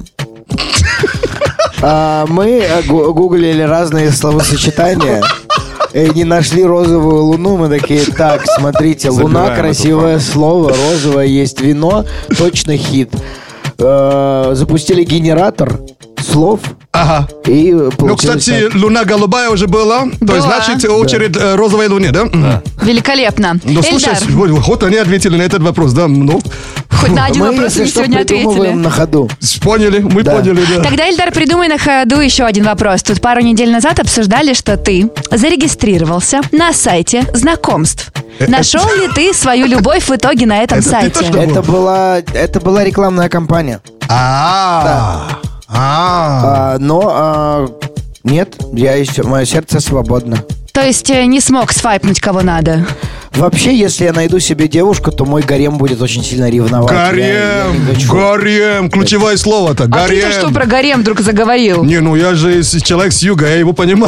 мы гуглили разные словосочетания и не нашли розовую луну. Мы такие, так, смотрите, луна, Забираем красивое слово, розовое, есть вино, точно хит. Запустили генератор слов. Ага. И Ну, кстати, луна голубая уже была. То есть, значит, очередь розовой луне, да? Великолепно. Ну, слушай, Эльдар, вот они ответили на этот вопрос, да? Ну, Хоть на один Мы, вопрос если они что, сегодня ответили. придумываем на ходу. Поняли, мы поняли, да. Тогда, Ильдар, придумай на ходу еще один вопрос. Тут пару недель назад обсуждали, что ты зарегистрировался на сайте знакомств. Нашел ли ты свою любовь в итоге на этом сайте? Это была рекламная кампания. Но нет, мое сердце свободно. То есть не смог свайпнуть кого надо? Вообще, если я найду себе девушку, то мой гарем будет очень сильно ревновать. Гарем, ключевое слово-то, А ты-то что про гарем вдруг заговорил? Не, ну я же человек с юга, я его понимаю.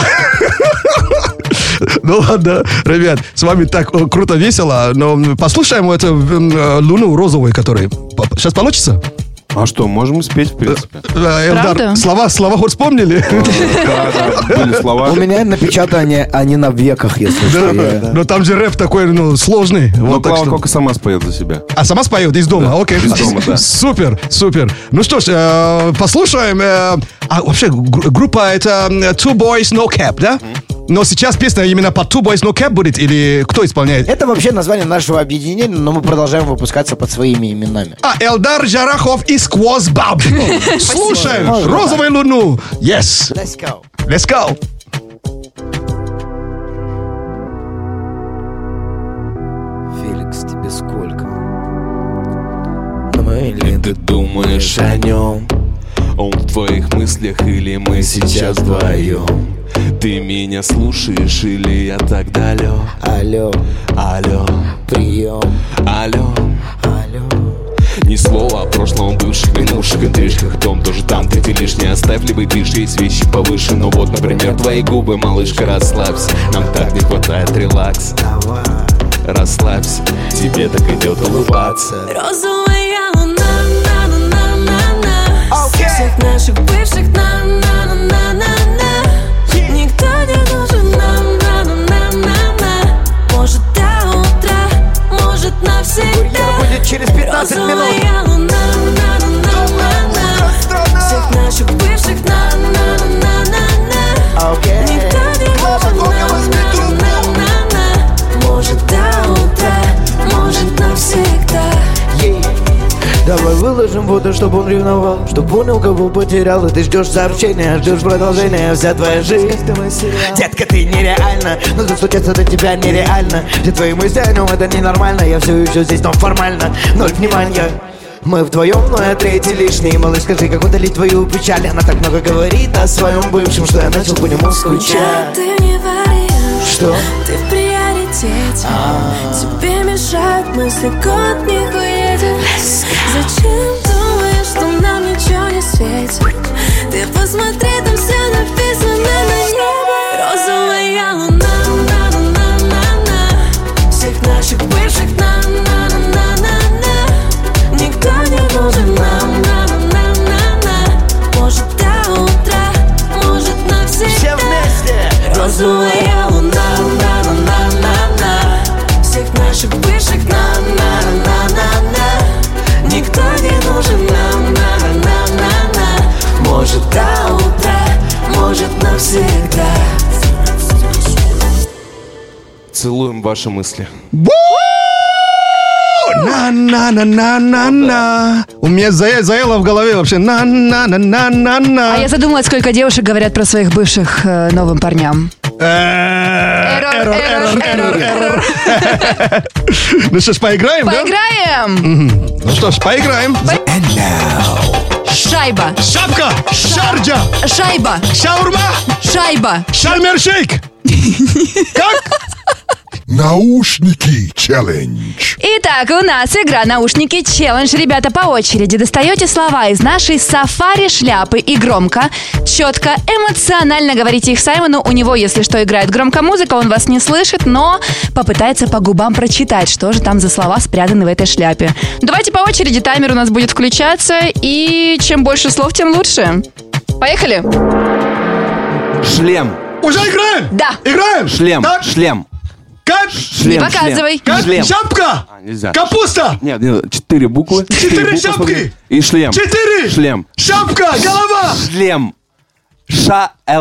Ну ладно, ребят, с вами так круто, весело, но послушаем эту Луну розовую, которая... Сейчас получится? А что, можем спеть, в принципе. Эльдар, слова хоть вспомнили? Да, были слова. У меня напечатание, они на веках, если что. Но там же рэп такой, сложный. Но Клава Кока сама споет за себя. А сама споет из дома, окей. Из дома, да. Супер. Ну что ж, послушаем. А вообще, группа это Two Boys No Cap, да? Но сейчас песня именно под Two Boys No Cap будет или кто исполняет? Это вообще название нашего объединения, но мы продолжаем выпускаться под своими именами. Эльдар Джарахов и Сквозь Баб. Слушаем «Розовую луну». Yes. Let's go. Let's go. Феликс, тебе сколько? Или ты думаешь о нем? Он в твоих мыслях или мы сейчас вдвоем? Ты меня слушаешь или я так далек? Алло, прием. Алло. Ни слова о прошлом, бывших минувших интрижках. Том тоже там, ты лишний. Оставь либо пишь, есть вещи повыше. Ну вот, например, твои губы, малышка, расслабься. Нам так не хватает релакс. Расслабься, тебе так идет улыбаться. Розовая луна, на-на-на-на-на. Всех наших бывших, на-на-на-на-на. Никто не нужен нам, на-на-на-на-на. Может до утра, может навсегда. Будет через 15 минут. Розовая луна, на-на-на-на-на. Всех наших бывших, на-на-на-на-на. Никто не нужен нам, на-на-на-на. Может до утра, может навсегда. Давай выложим фото, чтобы он ревновал, чтоб понял, кого потерял. И ты ждешь сообщения, ждешь продолжения. Вся твоя жизнь, детка, ты нереальна. Но достучаться до тебя нереально. Все твои мысли о нем, это ненормально. Я все еще здесь, но формально ноль внимания. Мы вдвоем, но я третий лишний. Малыш, скажи, как удалить твою печаль? Она так много говорит о своем бывшем, что я начал по нему скучать. Ты не вариант, что? Ты в приоритете. Тебе мешают мысли, год не уедет. Зачем думаешь, что нам ничего не светит? Ты посмотри, там все написано на небе. Розовая луна, на-на-на-на-на. Всех наших бывших, на-на-на-на-на. Никто не нужен нам, на-на-на-на-на. Может до утра, может навсегда. Все вместе. Розовая луна, на-на-на-на-на. Всех наших бывших, на-на-на-на-на. Никто не нужен нам, на-на-на-на-на. Может до утра, может навсегда. Целуем ваши мысли. На-на-на-на-на-на. У меня заело в голове вообще. На-на-на-на-на-на. А я задумалась, сколько девушек говорят про своих бывших новым парням. Эррор. Ну что ж, поиграем, да? Поиграем! Ну что ж, поиграем. Шайба. Шапка. Шарджа. Шайба. Шаурма. Шайба. Шальмершейк. Как? Наушники челлендж. Итак, у нас игра «Наушники челлендж». Ребята, по очереди достаете слова из нашей сафари-шляпы и громко, четко, эмоционально говорите их Саймону. У него, если что, играет громко музыка, он вас не слышит, но попытается по губам прочитать, что же там за слова спрятаны в этой шляпе. Давайте по очереди, таймер у нас будет включаться, и чем больше слов, тем лучше. Поехали! Шлем. Уже играем? Да. Играем? Шлем. Так. Шлем. Как? Не показывай. Как? Шлем. Шапка. Нельзя. Капуста. Нет, 4 буквы. 4 шапки. И шлем. 4. Шлем. Шапка. Голова. Шлем.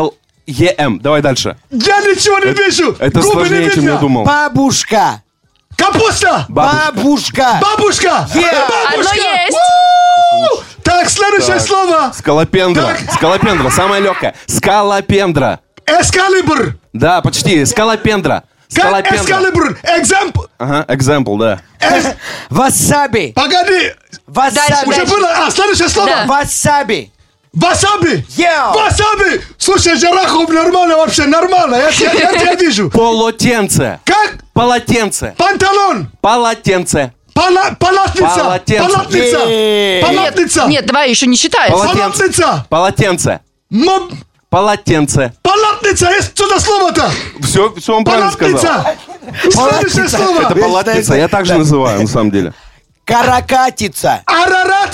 Ш-Л-Е-М. Давай дальше. Я ничего не вижу. Это Губы сложнее, не чем я видно. думал. Бабушка. Капуста! Бабушка! Бабушка! Одно есть. Так, следующее слово. Скалопендра. Скалопендра, самое легкое. Скалопендра. Эскалибр. Да, почти. Скалопендра. Как эскалибр? Экземпл. Ага, экземпл, да. Васаби! Погоди. Васаби! Уже было. Следующее слово. Васаби! Васаби. Yeah. Васаби. Слушай, Жарахов, нормально вообще, нормально. Я тебя вижу. Полотенце. Как? Полотенце. Панталон. Полотенце. Палатница. Полотенце. Палатница. Палатница. Нет, давай, еще не считается. Палатница. Полотенце. Моб... Полотенце. Палатница. Есть что за слово-то? Все он правильно сказал. Следующее слово. Это палатница, я так же называю, на самом деле. Каракатица! Арарат.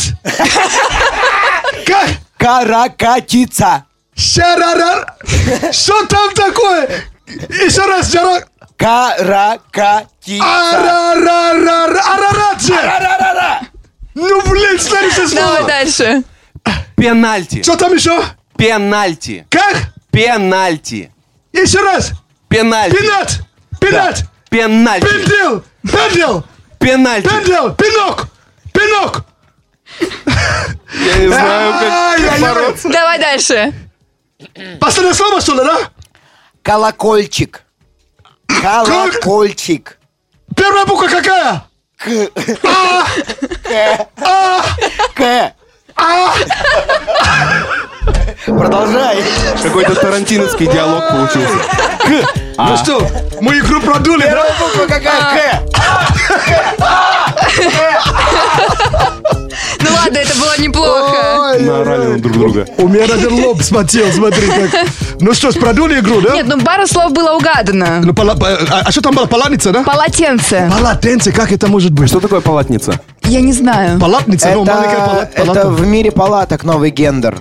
Как? Каракатица! Шарарар. Что там такое? Еще раз, Жарах. Каракатица! Арарат же. Ну, блин, следующее слово. Давай дальше. Пенальти. Что там еще? Пенальти. Как? Пенальти. Еще раз. Пенальти. Пинат. Пинат. Да. Пенальти. Пендел. Пендел. Пенальти. Пендел. Пинок. Пинок. Я не знаю, как бороться. Давай дальше. Последнее слово, что ли, да? Колокольчик! Колокольчик! Первая буква какая? К. К. Продолжай. Какой-то тарантиновский диалог получился. Ну что, мы игру продули, да? Первая буква какая? Ну ладно, это было неплохо. Наорали друг друга. У меня даже лоб смотрел, смотри как. Ну что ж, продули игру, да? Нет, ну пару слов было угадано. Ну, а что там было? Палатница, да? Полотенце. Полотенце, как это может быть? Что такое палатница? Я не знаю. Палатница, ну, маленькая Это палата. в мире палаток новый гендер.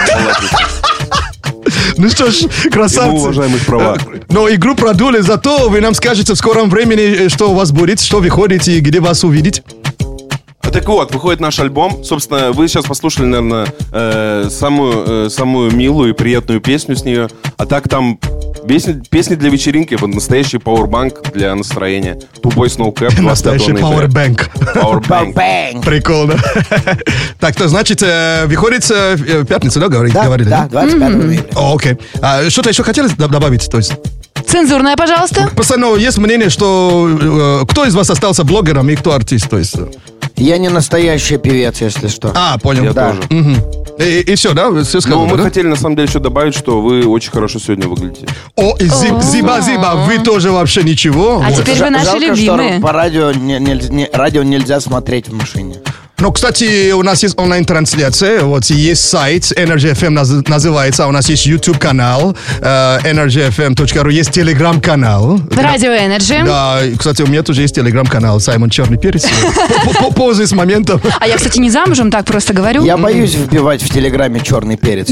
Ну что ж, красавцы. Мы уважаем их права. Но игру продули, зато вы нам скажете в скором времени, что у вас будет, что вы ходите и где вас увидеть. Так вот, выходит наш альбом. Собственно, вы сейчас послушали, наверное, самую милую и приятную песню с нее. А так там песни для вечеринки, вот настоящий пауэрбанк для настроения. Тупой сноукэп. Настоящий пауэрбэнк. Пауэрбэнк. Прикольно. Так, то значит, выходит в пятницу, да, говорили? Да, 25 ноября. Окей. Что-то еще хотели добавить? То есть? Цензурная, пожалуйста. Просто, есть мнение, что кто из вас остался блогером и кто артист, то есть... Я не настоящий певец, если что. Понял. Я тоже. И все, да? Все Но сказали, мы да? хотели, на самом деле, еще добавить, что вы очень хорошо сегодня выглядите. О, зиба, вы тоже вообще ничего. А теперь вы наши Жалко, любимые. что по радио нельзя смотреть в машине. Ну, кстати, у нас есть онлайн-трансляция, вот есть сайт Energy FM называется, у нас есть YouTube-канал energyfm.ru, есть Telegram-канал. Радио Energy. Да, и, кстати, у меня тоже есть Telegram-канал Саймон Черный Перец. Пользуясь моментом. А я, кстати, не замужем, так просто говорю. Я боюсь вбивать в Телеграме черный перец.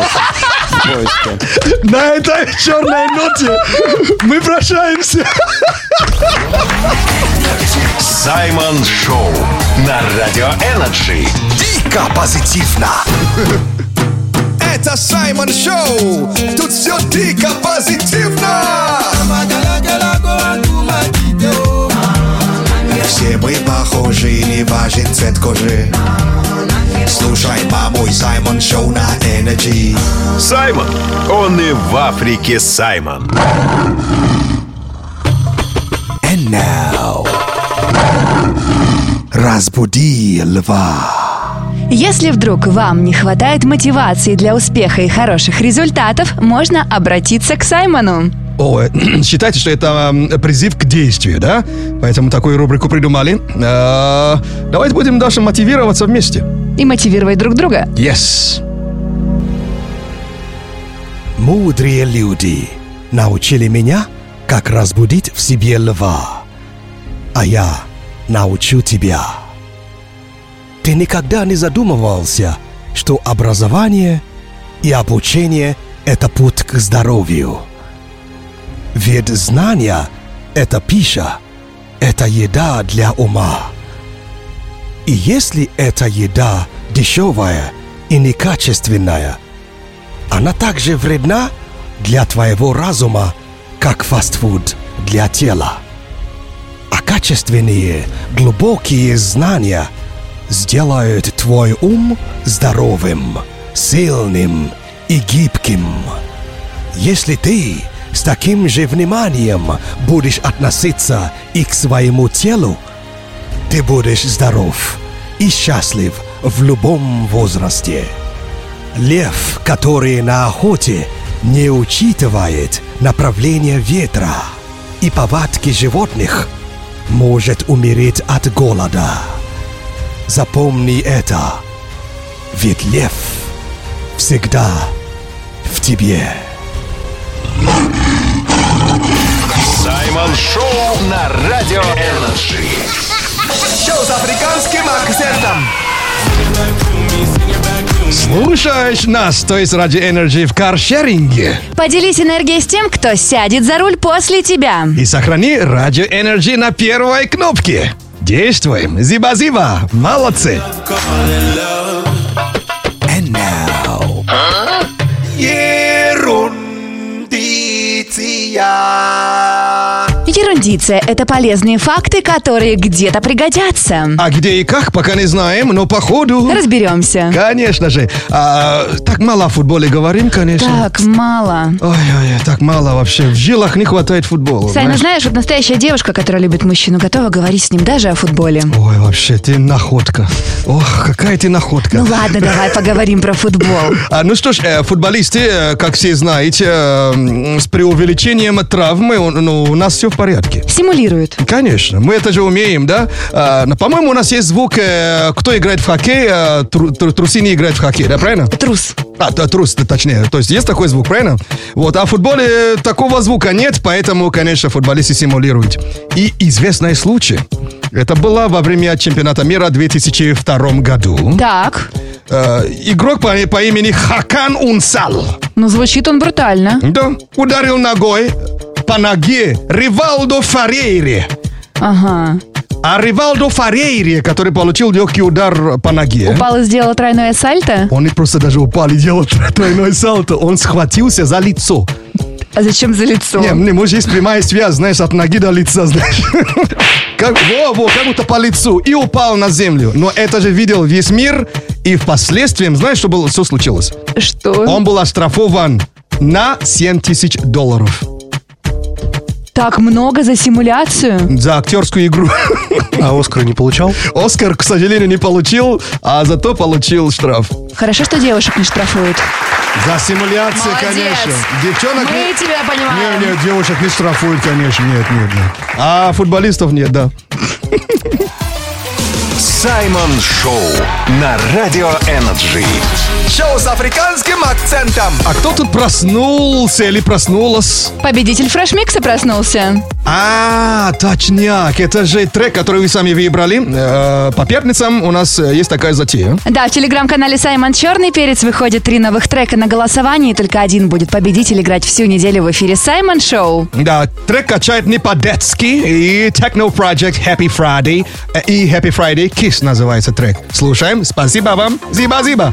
На этой черной ноте мы прощаемся. Саймон Шоу на Радио Энерджи. Дико позитивно. Это Саймон Шоу. Тут все дико позитивно. Все мы похожи, не важен цвет кожи. Слушай, мамой, Саймон Шоу на Энерджи. Саймон, он и в Африке Саймон. And now. Разбуди льва. Если вдруг вам не хватает мотивации для успеха и хороших результатов, можно обратиться к Саймону. Считайте, что это призыв к действию, да? Поэтому такую рубрику придумали. Давайте будем дальше мотивироваться вместе. И мотивировать друг друга. Yes. Мудрые люди научили меня, как разбудить в себе льва. А я научу тебя. Ты никогда не задумывался, что образование и обучение – это путь к здоровью? Ведь знания – это пища, это еда для ума. И если эта еда дешевая и некачественная, она также вредна для твоего разума, как фастфуд для тела. Качественные, глубокие знания сделают твой ум здоровым, сильным и гибким. Если ты с таким же вниманием будешь относиться и к своему телу, ты будешь здоров и счастлив в любом возрасте. Лев, который на охоте, не учитывает направление ветра и повадки животных, может умереть от голода. Запомни это, ведь лев всегда в тебе. Саймон Шоу на Радио Энерджи. Шоу с африканским акцентом. Слушаешь нас, то есть Радио Энерджи в каршеринге. Поделись энергией с тем, кто сядет за руль после тебя. И сохрани Радио Энерджи на первой кнопке. Действуем. Зиба-зиба. Молодцы. And now. Ерундиция – это полезные факты, которые где-то пригодятся. А где и как, пока не знаем, но походу... Разберемся. Конечно же. Так мало о футболе говорим, конечно. Так мало. Ой-ой, так мало вообще. В жилах не хватает футбола. Саймон, знаешь, вот настоящая девушка, которая любит мужчину, готова говорить с ним даже о футболе. Ой, вообще, ты находка. Ох, какая ты находка. Ну ладно, давай поговорим про футбол. Ну что ж, футболисты, как все знаете, с преувеличением травмы, у нас все в порядке. Симулируют. Конечно, мы это же умеем, да? По-моему, у нас есть звук, кто играет в хоккей, трусы не играют в хоккей, да, правильно? Трус. Трус, точнее. То есть есть такой звук, правильно? Вот, а в футболе такого звука нет, поэтому, конечно, футболисты симулируют. И известный случай. Это было во время чемпионата мира 2002 году. Так. Игрок по имени Хакан Унсал. Ну, звучит он брутально. Да, ударил ногой по ноге Ривалдо Феррейре. Ага. А Ривалдо Феррейре, который получил легкий удар по ноге... Упал и сделал тройное сальто? Он не просто даже упал и делал тройное сальто, он схватился за лицо. А зачем за лицо? Не, может, есть прямая связь, знаешь, от ноги до лица, знаешь. Как будто по лицу. И упал на землю. Но это же видел весь мир. И впоследствии, знаешь, что случилось? Что? Он был оштрафован на $7000. Так много за симуляцию? За актерскую игру. А Оскар не получал? Оскар, к сожалению, не получил, а зато получил штраф. Хорошо, что девушек не штрафуют. За симуляцию, молодец. Конечно. Девчонок Мы тебя понимаем. Нет, девушек не штрафуют, конечно, нет. А футболистов нет, да. Саймон Шоу на Радио Энерджи. Шоу с африканским акцентом. А кто тут проснулся или проснулась? Победитель фрешмикса проснулся. Точняк. Это же трек, который вы сами выбрали. По пятницам у нас есть такая затея. Да, в телеграм-канале Саймон Черный Перец выходит 3 новых трека на голосование, и только один будет победитель играть всю неделю в эфире Саймон Шоу. Да, трек качает не по-детски. И Techno Project Happy Friday. И Happy Friday Kiss называется трек. Слушаем. Спасибо вам. Зиба-зиба.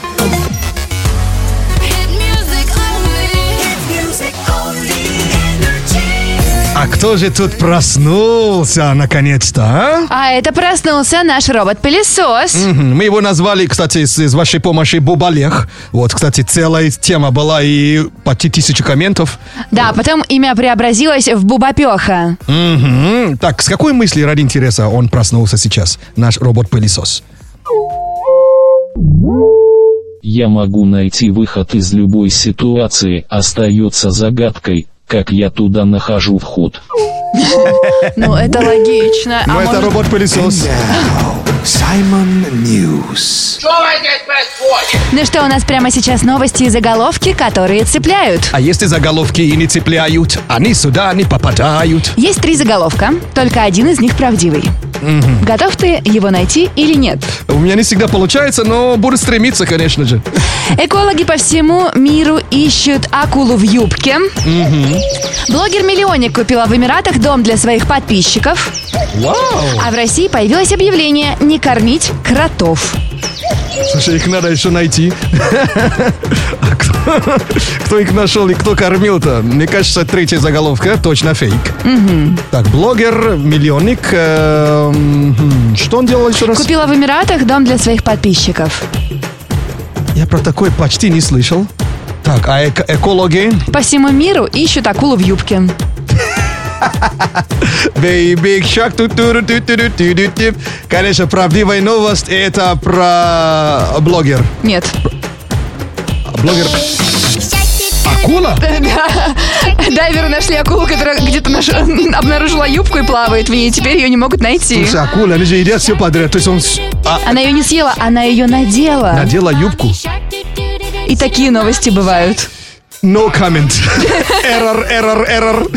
А кто же тут проснулся наконец-то, А это проснулся наш робот-пылесос. Мы его назвали, кстати, с вашей помощью Бубалех. Вот, кстати, целая тема была и почти 1000 комментов. Да, потом имя преобразилось в Бубапеха. Так, с какой мысли ради интереса он проснулся сейчас, наш робот-пылесос? Я могу найти выход из любой ситуации, остается загадкой, как я туда нахожу вход. Ну, это логично. Ну, это робот-пылесос. Саймон Ньюс. Ну что, у нас прямо сейчас новости и заголовки, которые цепляют. А если заголовки и не цепляют, они сюда не попадают. Есть 3 заголовка, только один из них правдивый. Готов ты его найти или нет? У меня не всегда получается, но буду стремиться, конечно же. Экологи по всему миру ищут акулу в юбке. Блогер-миллионник купила в Эмиратах дом для своих подписчиков. Вау! А в России появилось объявление «Не кормить кротов». Слушай, их надо еще найти. Кто их нашел и кто кормил-то? Мне кажется, третья заголовка точно фейк. Так, блогер, миллионник. Что он делал еще раз? Купила в Эмиратах дом для своих подписчиков. Я про такое почти не слышал. Так, а экологи? По всему миру ищут акулу в юбке. Baby Shark. Конечно, правдивая новость. Это про блогер. Нет. Блогер. Акула? Дайверы нашли акулу, которая где-то обнаружила юбку и плавает в ней. Теперь ее не могут найти. Слушай, акула, они же едят все подряд. То есть он... Она ее не съела, она ее надела. Надела юбку. И такие новости бывают. No comment. Error.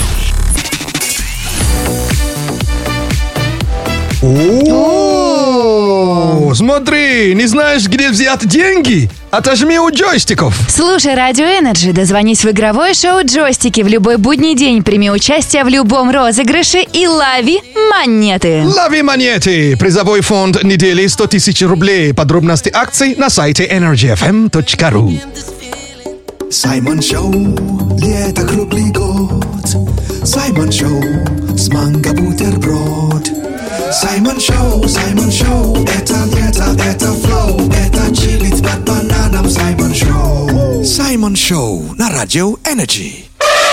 О, смотри, не знаешь, где взять деньги? Отожми у джойстиков. Слушай Радио Энерджи, дозвонись в игровое шоу «Джойстики» в любой будний день, прими участие в любом розыгрыше и лови монеты. Лови монеты. Призовой фонд недели 100 тысяч рублей. Подробности акций на сайте energyfm.ru. Саймон Шоу, лето круглый год. Саймон Шоу, с манго бутерброд. Саймон Шоу, это лето, это флоу, это чилит под бананом. Саймон Шоу. Саймон Шоу на Радио Энерджи.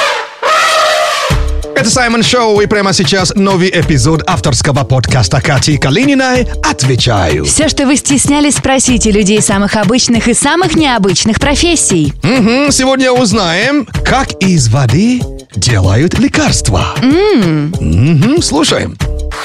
Это Саймон Шоу, и прямо сейчас новый эпизод авторского подкаста Кати Калининой «Отвечаю». Все, что вы стеснялись спросить у людей самых обычных и самых необычных профессий. Сегодня узнаем, как из воды делают лекарства. Слушаем.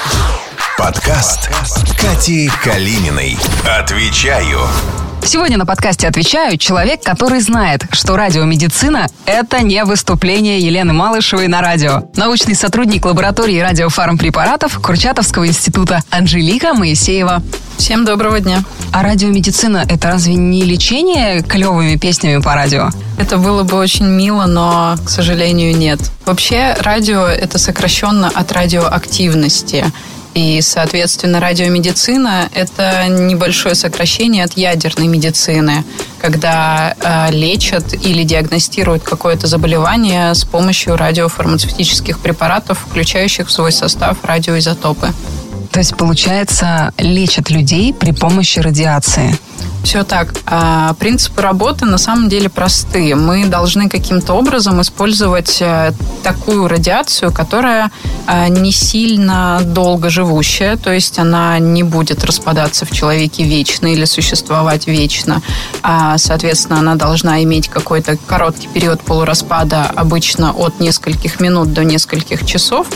Подкаст Кати Калининой «Отвечаю». Сегодня на подкасте «Отвечаю» человек, который знает, что радиомедицина – это не выступление Елены Малышевой на радио. Научный сотрудник лаборатории радиофармпрепаратов Курчатовского института Анжелика Моисеева. Всем доброго дня. А радиомедицина – это разве не лечение клевыми песнями по радио? Это было бы очень мило, но, к сожалению, нет. Вообще, радио – это сокращенно от радиоактивности. И, соответственно, радиомедицина – это небольшое сокращение от ядерной медицины, когда лечат или диагностируют какое-то заболевание с помощью радиофармацевтических препаратов, включающих в свой состав радиоизотопы. То есть, получается, лечат людей при помощи радиации? Все так. Принципы работы на самом деле простые. Мы должны каким-то образом использовать такую радиацию, которая не сильно долго живущая, то есть она не будет распадаться в человеке вечно или существовать вечно. Соответственно, она должна иметь какой-то короткий период полураспада, обычно от нескольких минут до нескольких часов.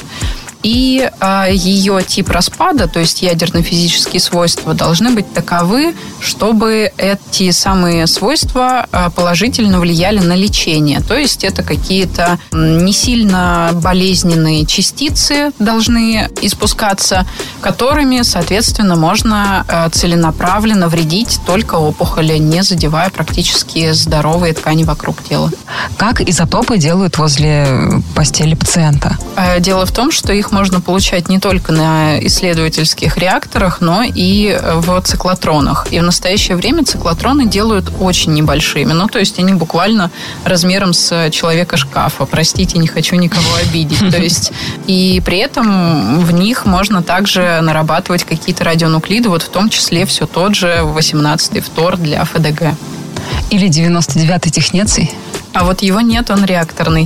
И ее тип распада, то есть ядерно-физические свойства, должны быть таковы, чтобы эти самые свойства положительно влияли на лечение. То есть это какие-то не сильно болезненные частицы должны испускаться, которыми, соответственно, можно целенаправленно вредить только опухоли, не задевая практически здоровые ткани вокруг тела. Как изотопы делают возле постели пациента? Дело в том, что их можно получать не только на исследовательских реакторах, но и в циклотронах. И в настоящее время циклотроны делают очень небольшими. Ну, то есть они буквально размером с человека-шкафа. Простите, не хочу никого обидеть. То есть, и при этом в них можно также нарабатывать какие-то радионуклиды, вот в том числе все тот же 18-й фтор для ФДГ. Или 99-й технеций. А вот его нет, он реакторный.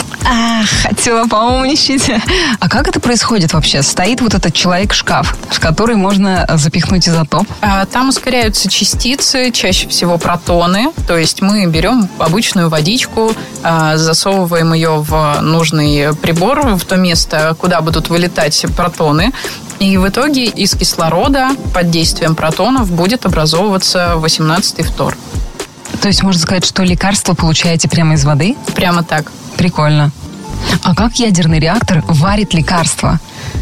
Хотела поумничать. А как это происходит вообще? Стоит вот этот человек-шкаф, в который можно запихнуть изотоп? Там ускоряются частицы, чаще всего протоны. То есть мы берем обычную водичку, засовываем ее в нужный прибор, в то место, куда будут вылетать протоны. И в итоге из кислорода под действием протонов будет образовываться 18-й фтор. То есть можно сказать, что лекарство получаете прямо из воды? Прямо так. Прикольно. А как ядерный реактор варит лекарство?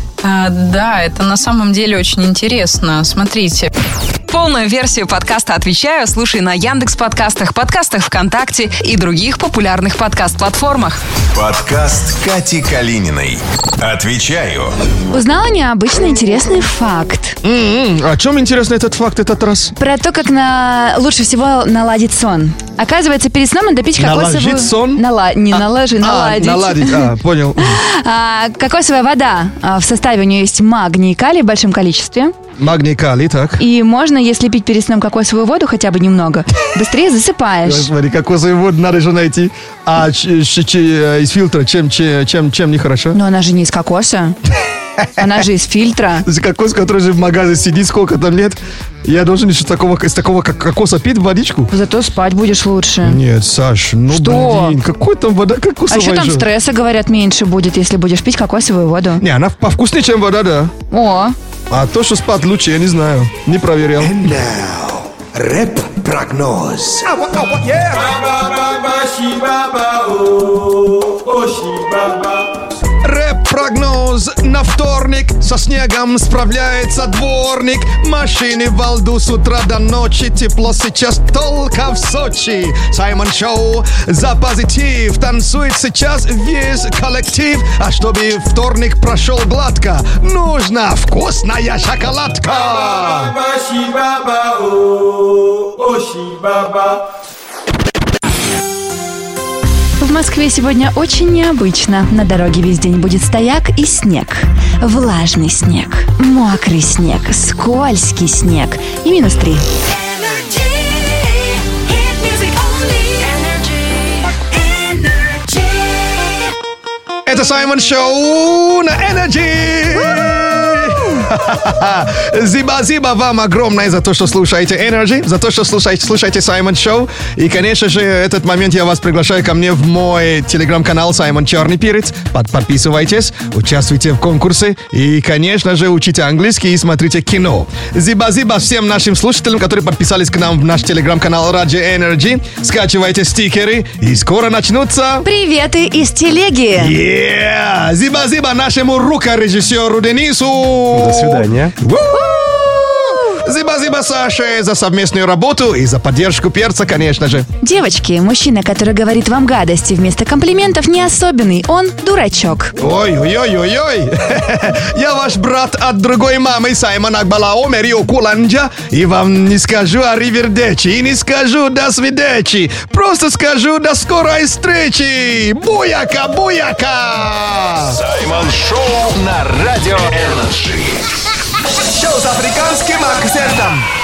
Да, это на самом деле очень интересно. Смотрите. Полную версию подкаста «Отвечаю» слушай на Яндекс.Подкастах, подкастах ВКонтакте и других популярных подкаст-платформах. Подкаст Кати Калининой. «Отвечаю». Узнала необычный интересный факт. О чем интересно этот факт этот раз? Про то, как лучше всего наладить сон. Оказывается, перед сном надо пить кокосовую... Наложить сон? Не наложи, наладить. Наладить, понял. Кокосовая вода. В составе у нее есть магний и калий в большом количестве. Магний, калий, так. И можно, если пить перед сном кокосовую воду, хотя бы немного, быстрее засыпаешь. Господи, кокосовую воду надо же найти. А из фильтра чем нехорошо? Но она же не из кокоса. Она же из фильтра. Кокос, который же в магазине сидит, сколько там лет. Я должен еще из такого как кокоса пить водичку? Зато спать будешь лучше. Нет, Саш, Что? Блин, какой там вода кокосовая? А еще там стресса, говорят, меньше будет, если будешь пить кокосовую воду. Не, она повкуснее, чем вода, да. О. А то, что спать лучше, я не знаю. Не проверял. Рэп-прогноз. Рэп-прогноз на вторник. Со снегом справляется дворник. Машины во льду с утра до ночи. Тепло сейчас только в Сочи. Саймон Шоу за позитив. Танцует сейчас весь коллектив. А чтобы вторник прошел гладко, нужна вкусная шоколадка. В Москве сегодня очень необычно. На дороге весь день будет стояк и снег. Влажный снег, мокрый снег, скользкий снег и -3. Это Саймон Шоу на Energy. Зиба-зиба вам огромное за то, что слушаете Energy, за то, что слушаете Саймон Шоу. И, конечно же, этот момент я вас приглашаю ко мне в мой телеграм-канал Саймон Черный Перец. Подписывайтесь, участвуйте в конкурсе и, конечно же, учите английский и смотрите кино. Зиба-зиба всем нашим слушателям, которые подписались к нам в наш телеграм-канал Radio Energy. Скачивайте стикеры и скоро начнутся... Приветы из телеги! Зиба-зиба нашему рукорежиссеру Денису! До свидания. Зиба-зиба Саше за совместную работу и за поддержку перца, конечно же. Девочки, мужчина, который говорит вам гадости вместо комплиментов, не особенный. Он дурачок. Ой-ой-ой-ой-ой. Я ваш брат от другой мамы, Саймон Акбалао, Мерио Куланджа. И вам не скажу аривердечи, и не скажу до свидечи. Просто скажу до скорой встречи. Буяка, буяка. Саймон Шоу на Радио Энерджи. Шоу с африканским акцентом.